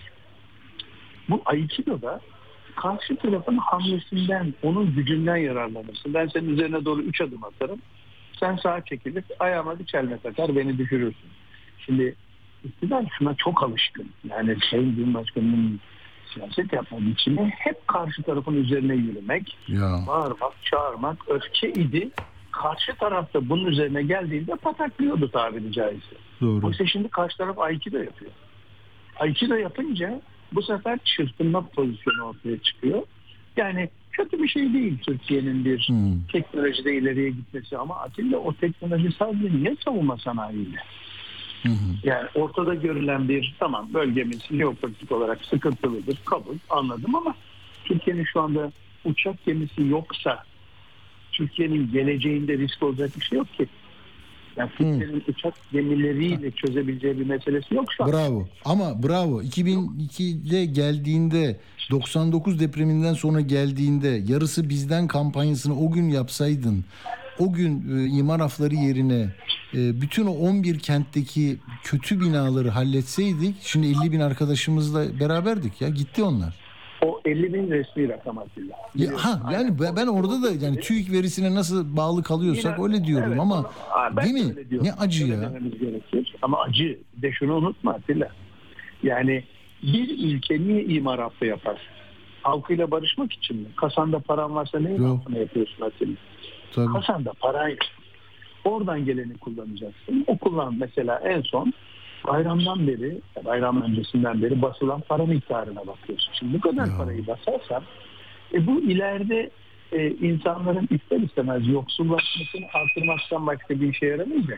Bu Aikido'da karşı tarafın hamlesinden, onun gücünden yararlanırsın. Ben senin üzerine doğru üç adım atarım. Sen sağa çekilip ayağıma bir çelme takar, beni düşürürsün. Şimdi iktidar şuna çok alışkın. Yani Sayın Cumhurbaşkanı'nın siyaset yapma biçimi hep karşı tarafın üzerine yürümek, ya. bağırmak, çağırmak, öfke idi. Karşı tarafta bunun üzerine geldiğinde pataklıyordu tabiri caizse. Doğru. Oysa şimdi karşı taraf Aikido yapıyor. Aikido yapınca bu sefer çırpınma pozisyonu ortaya çıkıyor. Yani kötü bir şey değil Türkiye'nin bir hmm. teknolojide ileriye gitmesi ama Atilla o teknoloji sadece niye savunma sanayiyle? Hmm. Yani ortada görülen bir tamam bölgemiz jeopolitik olarak sıkıntılıdır, kabul, anladım ama Türkiye'nin şu anda uçak gemisi yoksa Türkiye'nin geleceğinde risk olacak bir şey yok ki. Yani Türkiye'nin hmm. uçak gemileriyle çözebileceği bir meselesi yok şu an. Bravo. Ama bravo. iki bin ikide geldiğinde, doksan dokuz depreminden sonra geldiğinde yarısı bizden kampanyasını o gün yapsaydın, o gün e, imar afları yerine e, bütün o on bir kentteki kötü binaları halletseydik, şimdi elli bin arkadaşımızla beraberdik ya. Gitti onlar. O elli bin resmi rakam Atilla. Ya, ha, yani ben, ben orada da yani TÜİK verisine nasıl bağlı kalıyorsak Yine, öyle diyorum evet, ama ama değil mi? Ne acı ya. Gerekir. Ama acı. De şunu unutma Atilla. Yani bir ülke niye imar affı yapar? Halkıyla barışmak için mi? Kasanda paran varsa neyin affını yapıyorsun Atilla? Tabii. Kasanda parayla. Oradan geleni kullanacaksın. O kullan mesela en son bayramdan beri, bayram öncesinden beri basılan para miktarına bakıyorsun. Şimdi bu kadar ya. parayı basarsan e bu ileride e, insanların ister istemez yoksullaşmasını artırmaktan başka bir işe yaramayacak.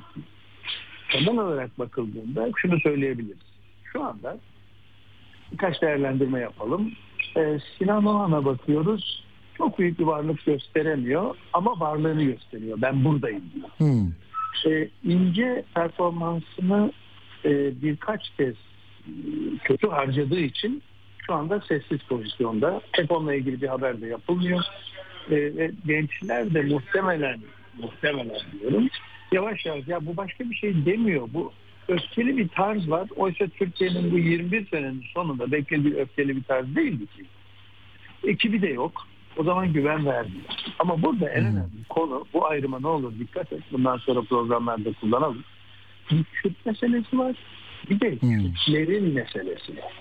Ondan olarak bakıldığında şunu söyleyebiliriz. Şu anda birkaç değerlendirme yapalım. E, Sinan Oğan'a bakıyoruz. Çok büyük bir varlık gösteremiyor ama varlığını gösteriyor. Ben buradayım diyor. Hmm. E, ince performansını e, birkaç kez kötü harcadığı için şu anda sessiz pozisyonda. Hep onunla ilgili bir haber de yapılmıyor. E, ve gençler de muhtemelen muhtemelen diyorum yavaş yavaş ya bu başka bir şey demiyor. Bu öfkeli bir tarz var. Oysa Türkiye'nin bu yirmi bir senenin sonunda beklediği öfkeli bir tarz değildi ki. Ekibi de yok. O zaman güven vermiyor. Ama burada en önemli konu bu ayrıma ne olur dikkat et. Bundan sonra programlarda kullanalım. Bir Kürt meselesi var. Bir de Kürtlerin meselesi var.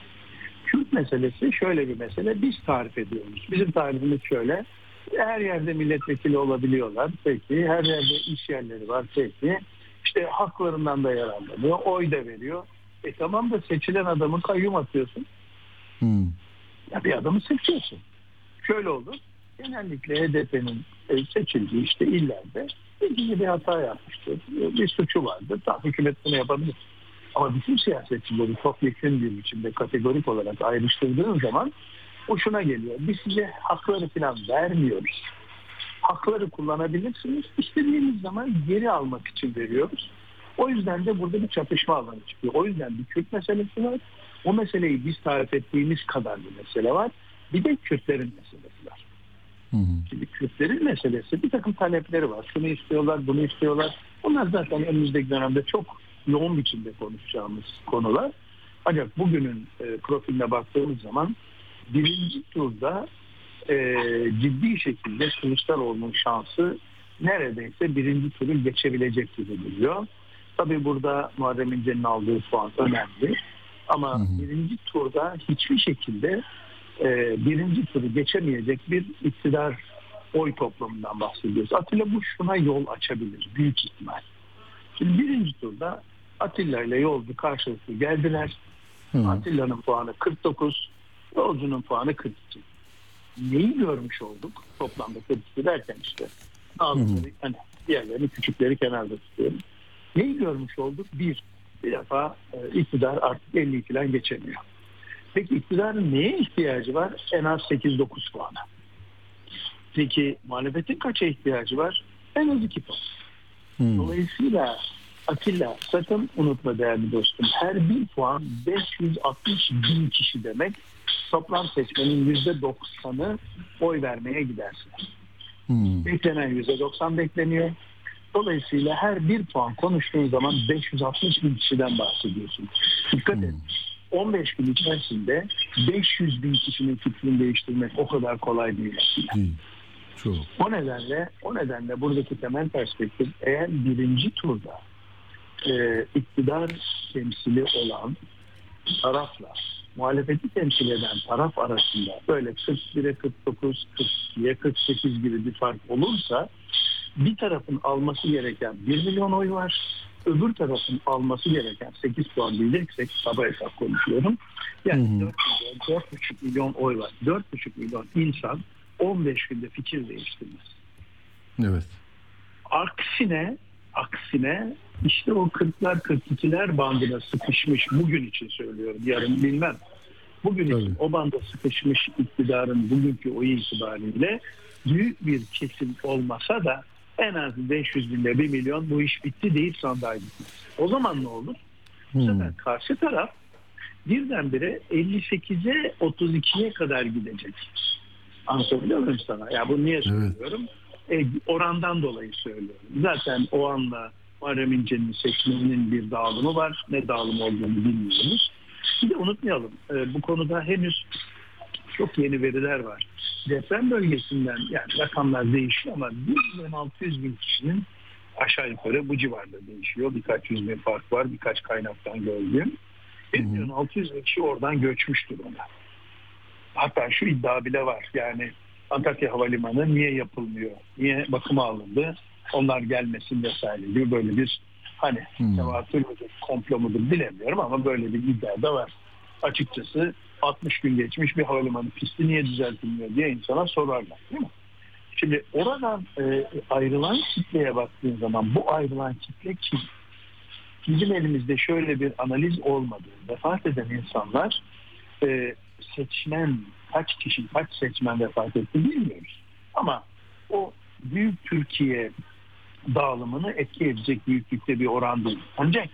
Kürt meselesi şöyle bir mesele. Biz tarif ediyoruz. Bizim tarifimiz şöyle. Her yerde milletvekili olabiliyorlar. Peki. Her yerde iş yerleri var. Peki. İşte haklarından da yararlanıyor. Oy da veriyor. E tamam da seçilen adamı kayyum atıyorsun. Hmm. Ya bir adamı seçiyorsun. Şöyle olur. Genellikle H D P'nin seçildiği işte illerde bir bir hata yapmıştır. Bir suçu vardır. Tam hükümet bunu yapabilir. Ama bütün siyasetçileri çok yakın bir biçimde kategorik olarak ayrıştırdığın zaman o şuna geliyor. Biz size hakları falan vermiyoruz. Hakları kullanabilirsiniz. İstediğimiz zaman geri almak için veriyoruz. O yüzden de burada bir çatışma alanı çıkıyor. O yüzden bir Kürt meselesi var. O meseleyi biz tarif ettiğimiz kadar bir mesele var. Bir de Kürtlerin meselesi var. Hı hı. Şimdi Kürtlerin meselesi bir takım talepleri var. Şunu istiyorlar, bunu istiyorlar. Bunlar zaten önümüzdeki dönemde çok yoğun biçimde konuşacağımız konular. Ancak bugünün e, profiline baktığımız zaman birinci turda e, ciddi şekilde Kılıçdaroğlu'nun şansı neredeyse birinci turu geçebilecek gibi duruyor. Tabii burada Muharrem İnce'nin aldığı puan önemli. Ama hı hı. birinci turda hiçbir şekilde e, birinci turu geçemeyecek bir iktidar oy toplamından bahsediyoruz. Atilla bu şuna yol açabilir büyük ihtimal. Şimdi birinci turda Atilla ile Yolcu karşılıklı geldiler. Hı. Atilla'nın puanı kırk dokuz, Yolcu'nun puanı kırk iki. Neyi görmüş olduk? Toplamda kırk iki derken işte bazıları, hani diğerlerini küçükleri kenarda tutuyorum. Neyi görmüş olduk? Bir, bir defa e, iktidar artık elli ikiden geçemiyor. Peki iktidarın neye ihtiyacı var? En az sekiz dokuz puana. Peki muhalefetin kaça ihtiyacı var? En az iki puan. Hmm. Dolayısıyla Atilla sakın unutma değerli dostum. Her bir puan beş yüz altmış bin kişi demek. Toplam seçmenin yüzde doksanı oy vermeye gidersin. Hmm. Beklenen yüzde doksan bekleniyor. Dolayısıyla her bir puan konuştuğun zaman beş yüz altmış bin kişiden bahsediyorsun. Dikkat hmm. et. on beş gün içerisinde beş yüz bin kişinin fikrini değiştirmek o kadar kolay değil. Hmm. Çok. O nedenle, o nedenle buradaki temel perspektif, eğer birinci turda e, iktidar temsili olan tarafla muhalefeti temsil eden taraf arasında böyle kırk bire kırk dokuz, kırk ikiye kırk sekiz gibi bir fark olursa bir tarafın alması gereken bir milyon oy var. Öbür tarafın alması gereken sekiz puan diyeceksek, kaba hesap konuşuyorum. Yani dört milyon, dört buçuk milyon oy var. dört buçuk milyon insan on beş günde fikir değiştirmez. Evet. Aksine, aksine işte o kırklar kırk ikiler bandına sıkışmış, bugün için söylüyorum, yarın bilmem. Bugün Tabii. için o banda sıkışmış iktidarın bugünkü oyu itibariyle büyük bir kesim olmasa da en az beş yüz binde bir milyon bu iş bitti deyip sandığa gitmez. O zaman ne olur? Bu hmm. sefer karşı taraf birdenbire elli sekize otuz ikiye kadar gidecek. Anlatabiliyor muyum sana? Ya bunu niye söylüyorum? Evet. E, orandan dolayı söylüyorum. Zaten o anla Muharrem İnce'nin seçmeninin bir dağılımı var. Ne dağılım olduğunu bilmiyoruz. Bir de unutmayalım. E, bu konuda henüz çok yeni veriler var. Deprem bölgesinden, yani rakamlar değişiyor ama bir milyon altı yüz bin kişinin aşağı yukarı bu civarda değişiyor. Birkaç yüz bin fark var. Birkaç kaynaktan gördüğüm. bir milyon altı yüz bin kişi oradan göçmüş durumda. Hatta şu iddia bile var. Yani Antakya Havalimanı niye yapılmıyor? Niye bakıma alındı? Onlar gelmesin vesaire diyor. Böyle bir hani hmm. tevatür müdür, komplo mudur bilemiyorum ama böyle bir iddia da var. Açıkçası altmış gün geçmiş bir havalimanı pisti niye düzeltilmiyor diye insana sorarlar, değil mi? Şimdi oradan e, ayrılan kitleye baktığın zaman bu ayrılan kitle kim? Bizim elimizde şöyle bir analiz olmadı. Vefat eden insanlar e, seçmen, kaç kişi, kaç seçmen vefat etti bilmiyoruz. Ama o büyük Türkiye dağılımını etki edecek büyüklükte bir oran değil. Ancak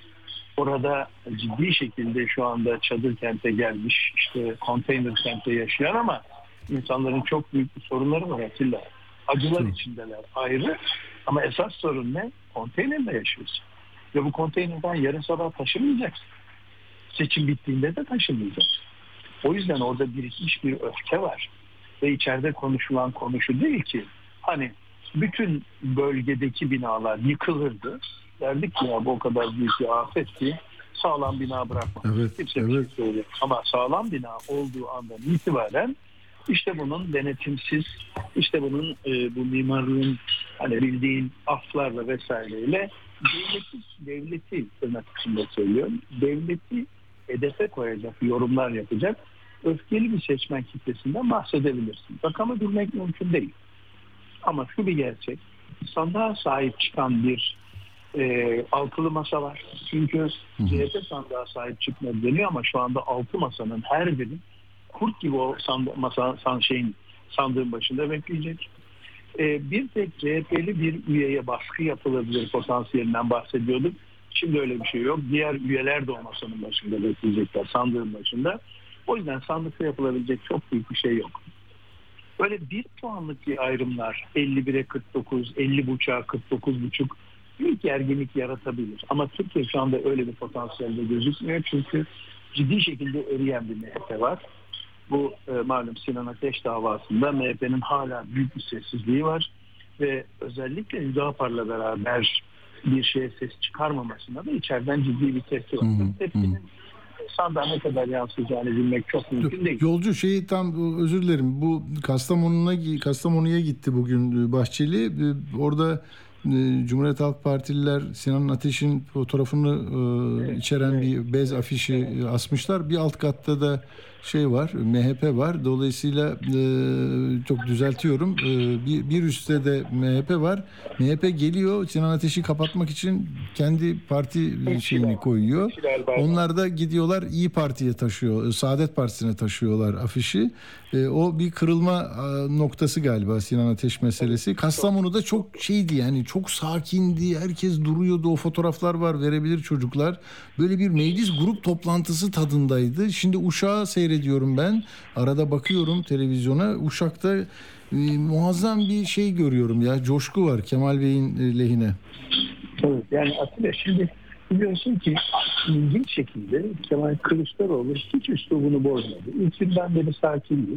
orada ciddi şekilde şu anda çadır kente gelmiş, işte konteyner kente yaşayan ama insanların çok büyük bir sorunları var Atilla. Acılar Hı. içindeler ayrı ama esas sorun ne? Konteynerle yaşıyorsun. Ve bu konteynerden yarın sabah taşınmayacaksın. Seçim bittiğinde de taşınmayacaksın. O yüzden orada birikmiş bir öfke var. Ve içeride konuşulan konu şu değil ki, hani bütün bölgedeki binalar yıkılırdı. Derdik ki ya bu o kadar büyük bir afet ki sağlam bina bırakmak. Evet, Kimse evet. bir şey söylüyor. Ama sağlam bina olduğu andan itibaren işte bunun denetimsiz, işte bunun e, bu mimarlığın hani bildiğin aflarla vesaireyle devleti, devleti tırnak içinde söylüyorum, devleti hedefe koyacak, yorumlar yapacak öfkeli bir seçmen kitlesinden bahsedebilirsin. Rakamı bilmek mümkün değil. Ama şu bir gerçek, sandığa sahip çıkan bir e, altılı masa var. Çünkü C H P sandığa sahip çıkmadı deniyor ama şu anda altı masanın her biri kurt gibi o sandı, masa san şeyin sandığın başında bekleyecek. E, bir tek C H P'li bir üyeye baskı yapılabilir potansiyelinden bahsediyorduk. Şimdi öyle bir şey yok. Diğer üyeler de o masanın başında bekleyecekler, sandığın başında. O yüzden sandıkta yapılabilecek çok büyük bir şey yok. Böyle bir puanlık bir ayrımlar elli bire kırk dokuz, elli buçuğa kırk dokuz buçuk büyük gerginlik yaratabilir. Ama Türkiye şu anda öyle bir potansiyelde gözükmüyor. Çünkü ciddi şekilde eriyen bir M H P var. Bu e, malum Sinan Ateş davasında M H P'nin hala büyük bir sessizliği var. Ve özellikle Hüdapar'la beraber bir şeye ses çıkarmamasına da içeriden ciddi bir tepki var. Hmm. Tepkinin sandığa ne kadar yansıyacağını bilmek çok mümkün değil. Yolcu şeyi tam özür dilerim. Bu Kastamonu'na Kastamonu'ya gitti bugün Bahçeli. Orada Cumhuriyet Halk Partililer Sinan Ateş'in fotoğrafını evet, içeren evet, bir bez afişi evet. asmışlar. Bir alt katta da şey var, M H P var. Dolayısıyla e, çok düzeltiyorum. E, bir, bir üstte de M H P var. M H P geliyor Sinan Ateş'i kapatmak için kendi parti şeyini koyuyor. Onlar da gidiyorlar İyi Parti'ye taşıyor, Saadet Partisi'ne taşıyorlar afişi. E, o bir kırılma e, noktası galiba Sinan Ateş meselesi. Kastamonu'da çok şeydi yani çok sakindi. Herkes duruyordu. O fotoğraflar var, verebilir çocuklar. Böyle bir meclis grup toplantısı tadındaydı. Şimdi Uşak'ı seyrediyorum ben. Arada bakıyorum televizyona. Uşak'ta e, muazzam bir şey görüyorum ya. Coşku var Kemal Bey'in e, lehine. Evet, yani Atilla şimdi biliyorsun ki ilginç şekilde Kemal Kılıçdaroğlu hiç üslubunu bozmadı. İlk günden beri sakindi.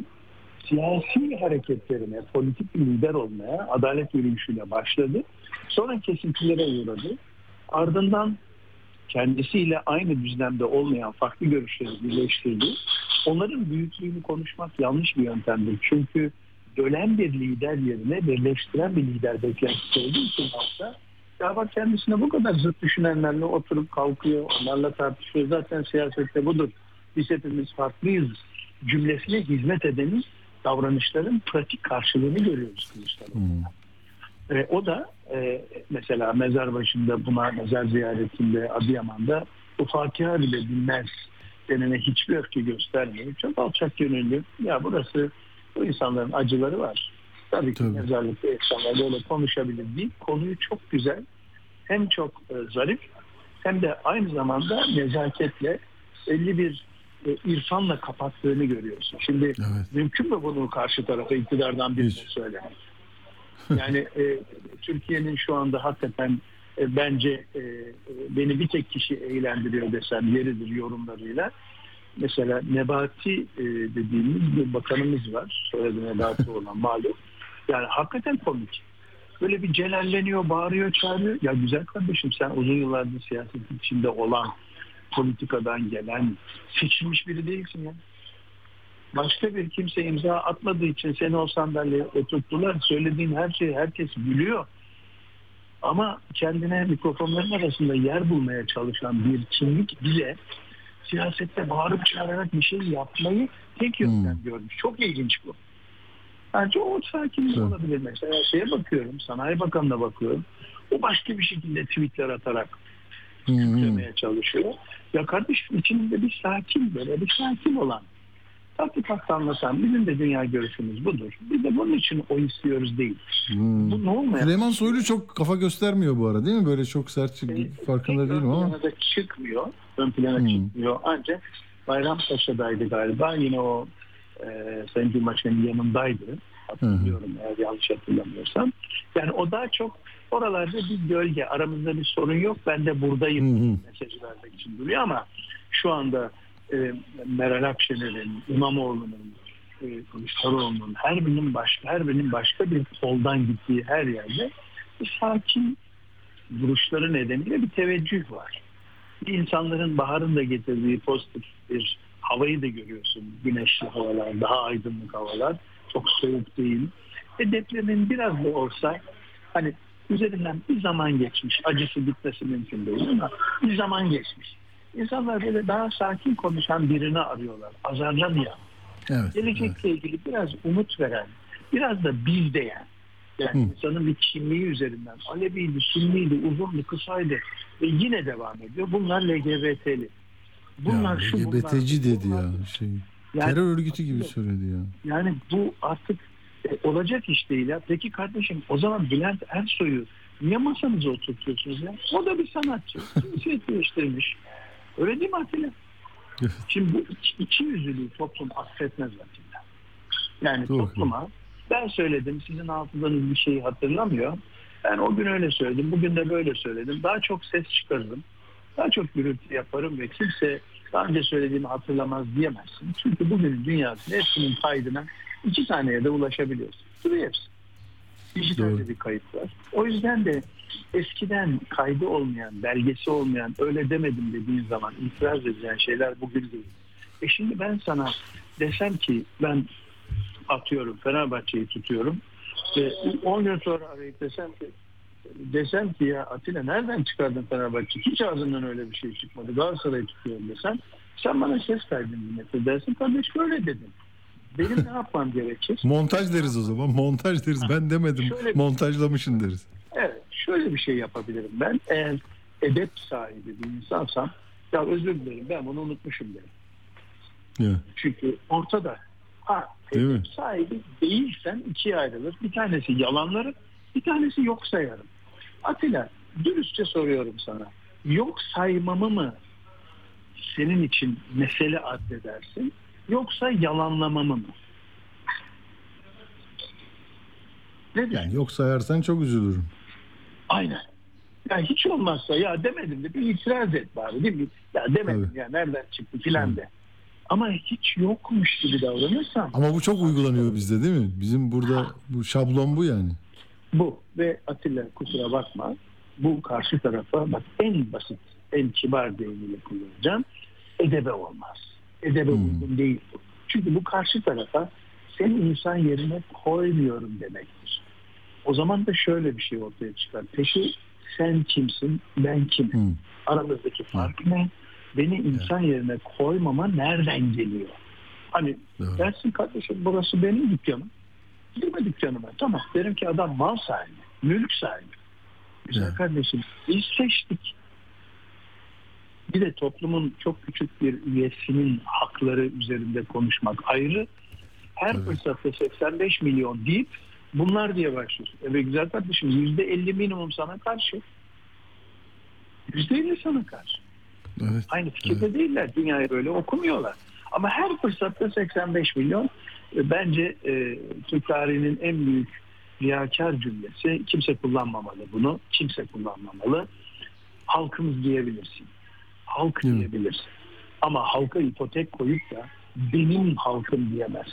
Siyasi hareketlerine, politik bir lider olmaya adalet yürüyüşüyle başladı. Sonra kesintilere uğradı. Ardından kendisiyle aynı düzlemde olmayan farklı görüşleri birleştirdi. Onların büyüklüğünü konuşmak yanlış bir yöntemdir. Çünkü bölen bir lider yerine birleştiren bir lider beklentisi olduğu için halkta ya bak kendisine bu kadar zıt düşünenlerle oturup kalkıyor, onlarla tartışıyor. Zaten siyasette budur. Biz hepimiz farklıyız cümlesine hizmet edenin davranışların pratik karşılığını görüyoruz Kılıçdaroğlu'nda. Hmm. E, o da e, mesela mezar başında buna mezar ziyaretinde Adıyaman'da bu Fatiha bile bilmez denene hiçbir öfke göstermiyor. Çok alçak gönüllü. Ya burası bu insanların acıları var. Tabii ki Tabii. mezarlıkta insanlar böyle konuşabilir değil. Konuyu çok güzel hem çok e, zarif hem de aynı zamanda nezaketle elli bir e, irfanla kapattığını görüyorsun. Şimdi evet. mümkün mü bunu karşı tarafa iktidardan birine söylemek? Yani e, Türkiye'nin şu anda hakikaten e, bence e, beni bir tek kişi eğlendiriyor desem yeridir yorumlarıyla. Mesela Nebati e, dediğimiz bir bakanımız var. Soyadı Nebati olan malum. Yani hakikaten komik. Böyle bir celalleniyor, bağırıyor, çağırıyor. Ya güzel kardeşim sen uzun yıllardır siyasetin içinde olan, politikadan gelen, seçilmiş biri değilsin ya. Başka bir kimse imza atmadığı için seni o sandalyeye oturttular. Söylediğin her şeyi herkes biliyor. Ama kendine mikrofonların arasında yer bulmaya çalışan bir kimlik bile siyasette bağırıp çağırarak bir şey yapmayı tek yöntem hmm. görmüş. Çok ilginç bu. Bence o sakinlik evet. olabilir. Mesela şeye bakıyorum, Sanayi Bakanı'na bakıyorum. O başka bir şekilde tweetler atarak yüklemeye hmm. çalışıyor. Ya kardeşim içinde bir sakin böyle bir sakin olan tatlı tatlı anlatan bizim de dünya görüşümüz budur. Biz de bunun için o istiyoruz değil. Hmm. Bu ne olmuyor? Süleyman Soylu çok kafa göstermiyor bu arada değil mi? Böyle çok sert e, farkında değilim ama. Ön plana çıkmıyor. Ön plana hmm. çıkmıyor. Ancak Bayrampaşa'daydı galiba. Yine o e, Sayın Cumhurbaşkanı'nın yanındaydı. Hatırlıyorum hmm. eğer yanlış hatırlamıyorsam. Yani o daha çok oralarda bir gölge. Aramızda bir sorun yok. Ben de buradayım hmm. mesajı vermek için duruyor ama şu anda E, Meral Akşener'in, İmamoğlu'nun, e, Kılıçdaroğlu'nun her birinin başka, her birinin başka bir koldan gittiği her yerde bir sakin duruşları nedeniyle bir teveccüh var. İnsanların baharın da getirdiği pozitif bir havayı da görüyorsun. Güneşli havalar, daha aydınlık havalar, çok soğuk değil. Ve depremin biraz da olsa hani üzerinden bir zaman geçmiş, acısı gitmesi mümkün değil ama bir zaman geçmiş. İnsanlar böyle daha sakin konuşan birini arıyorlar. Azarlamayan. Evet, gelecekle evet. ilgili biraz umut veren, biraz da bildeyen. Yani Hı. insanın bir kimliği üzerinden. Aleviydi, Sünniydi, uzundu, kısaydı. Ve yine devam ediyor. Bunlar L G B T'li. Bunlar ya, şu L G B T'ci dedi bunlar, ya. Şey, yani, terör örgütü gibi söyledi ya. Yani bu artık e, olacak iş değil ya. Peki kardeşim o zaman Bülent Ersoy'u niye masanıza oturtuyorsunuz ya? O da bir sanatçı. Cinsiyet değiştirmiş. Öyle değil mi Atilla? Evet. Şimdi bu iki yüzlülüğü toplum affetmez Atilla. Yani Doğru. topluma ben söyledim, sizin hafızanız bir şeyi hatırlamıyor. Ben o gün öyle söyledim, bugün de böyle söyledim. Daha çok ses çıkarırım, daha çok gürültü yaparım ve kimse daha önce söylediğimi hatırlamaz diyemezsin. Çünkü bugünün dünyasında hepsinin kaydına iki taneye de ulaşabiliyorsun. Duruyor hepsi. Dijitalde Doğru. bir kayıt var. O yüzden de eskiden kaydı olmayan, belgesi olmayan, öyle demedim dediğin zaman itiraz edilen şeyler bugün değil. E şimdi ben sana desem ki ben atıyorum Fenerbahçe'yi tutuyorum ve on gün sonra arayıp desem ki desem ki ya Atilla nereden çıkardın Fenerbahçe? Hiç ağzından öyle bir şey çıkmadı. Galatasaray'ı tutuyorum desem sen bana ses kaydını dinletir dersin. Kardeş böyle dedim. Benim ne yapmam gerekir? Montaj deriz o zaman. Montaj deriz. Ben demedim. Şöyle- Montajlamışın deriz. Evet, şöyle bir şey yapabilirim ben. Eğer edep sahibi bir insansam ya özür dilerim ben bunu unutmuşum derim. Ya. Çünkü ortada. Ha, Değil edep mi? sahibi değilsen ikiye ayrılır. Bir tanesi yalanlarım, bir tanesi yok sayarım. Atilla, dürüstçe soruyorum sana. Yok saymamı mı senin için mesele addedersin, yoksa yalanlamamı mı? Ne diyorsun? Yani yok sayarsan çok üzülürüm. Aynen. Yani hiç olmazsa ya demedim de bir itiraz et bari değil mi? Ya demedim Tabii. ya nereden çıktı filan de. Ama hiç yokmuş gibi davranırsam Ama bu çok uygulanıyor bizde değil mi? Bizim burada bu şablon bu yani. bu ve Atilla kusura bakma bu karşı tarafa bak en basit en kibar deyimiyle kullanacağım edebe olmaz. Edebe Hmm. uygun değil bu. Çünkü bu karşı tarafa seni insan yerine koymuyorum demektir. O zaman da şöyle bir şey ortaya çıkar. Peki sen kimsin, ben kimim? Hmm. Aramızdaki fark ne? Beni insan yerine koymama nereden geliyor? Hani Doğru. dersin kardeşim burası benim dükkanım. Girme dükkanıma. Tamam derim ki adam mal sahibi, mülk sahibi. Güzel Evet. kardeşim biz seçtik. Bir de toplumun çok küçük bir üyesinin hakları üzerinde konuşmak ayrı. Her Evet. fırsatta seksen beş milyon deyip bunlar diye başlıyorsun. Evet güzel kardeşim yüzde elli minimum sana karşı. Yüzde elli sana karşı. Evet. Aynı fikirde değiller. Dünyayı böyle okumuyorlar. Ama her fırsatta seksen beş milyon e, bence e, Türk tarihinin en büyük riyakar cümlesi. Kimse kullanmamalı bunu. Kimse kullanmamalı. Halkımız diyebilirsin. Halk Değil mi? diyebilirsin. Ama halka ipotek koyup da benim halkım diyemez.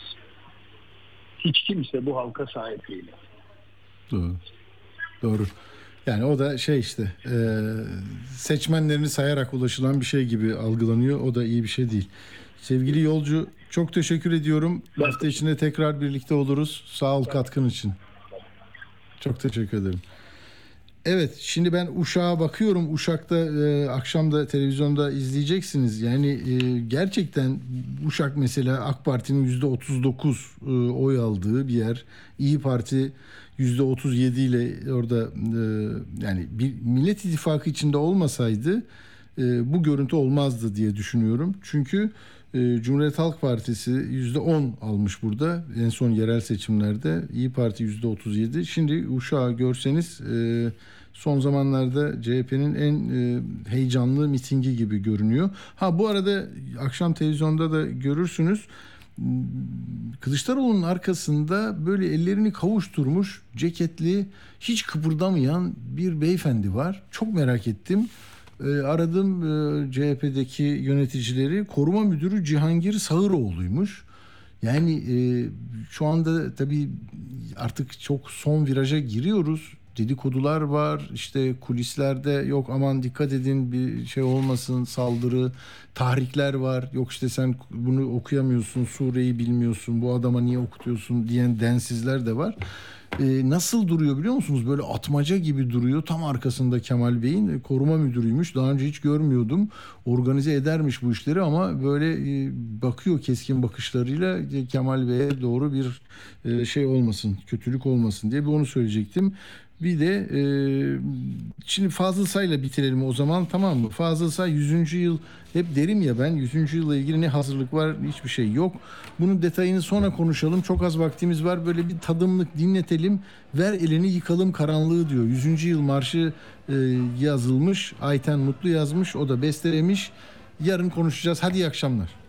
Hiç kimse bu halka sahip değil. Doğru. Doğru. Yani o da şey işte e, seçmenlerini sayarak ulaşılan bir şey gibi algılanıyor. O da iyi bir şey değil. Sevgili yolcu çok teşekkür ediyorum. Hafta içinde tekrar birlikte oluruz. Sağ ol katkın için. Çok teşekkür ederim. Evet şimdi ben Uşak'a bakıyorum. Uşak'ta e, akşam da televizyonda izleyeceksiniz. Yani e, gerçekten Uşak mesela AK Parti'nin yüzde otuz dokuz e, oy aldığı bir yer. İyi Parti yüzde otuz yedi ile orada e, yani bir Millet İttifakı içinde olmasaydı e, bu görüntü olmazdı diye düşünüyorum. Çünkü e, Cumhuriyet Halk Partisi yüzde on almış burada en son yerel seçimlerde. İyi Parti yüzde otuz yedi. Şimdi Uşak'ı görseniz e, son zamanlarda C H P'nin en e, heyecanlı mitingi gibi görünüyor. Ha bu arada akşam televizyonda da görürsünüz. Kılıçdaroğlu'nun arkasında böyle ellerini kavuşturmuş, ceketli, hiç kıpırdamayan bir beyefendi var. Çok merak ettim. E, aradım e, C H P'deki yöneticileri. Koruma Müdürü Cihangir Sağıroğlu'ymuş. Yani e, şu anda tabii artık çok son viraja giriyoruz. Dedikodular var. İşte kulislerde yok aman dikkat edin bir şey olmasın saldırı. Tahrikler var. Yok işte sen bunu okuyamıyorsun, sureyi bilmiyorsun, bu adama niye okutuyorsun diyen densizler de var. Ee, nasıl duruyor biliyor musunuz? Böyle atmaca gibi duruyor. Tam arkasında Kemal Bey'in e, koruma müdürüymüş. Daha önce hiç görmüyordum. Organize edermiş bu işleri ama böyle e, bakıyor keskin bakışlarıyla e, Kemal Bey'e doğru bir e, şey olmasın, kötülük olmasın diye bir onu söyleyecektim. Bir de e, şimdi Fazıl Say'la bitirelim o zaman, tamam mı? Fazıl Say yüzüncü yıl, hep derim ya ben yüzüncü yılla ilgili ne hazırlık var, hiçbir şey yok. Bunun detayını sonra konuşalım. Çok az vaktimiz var. Böyle bir tadımlık dinletelim. Ver elini yıkalım karanlığı diyor. yüzüncü yıl marşı e, yazılmış. Ayten Mutlu yazmış. O da bestelemiş. Yarın konuşacağız. Hadi iyi akşamlar.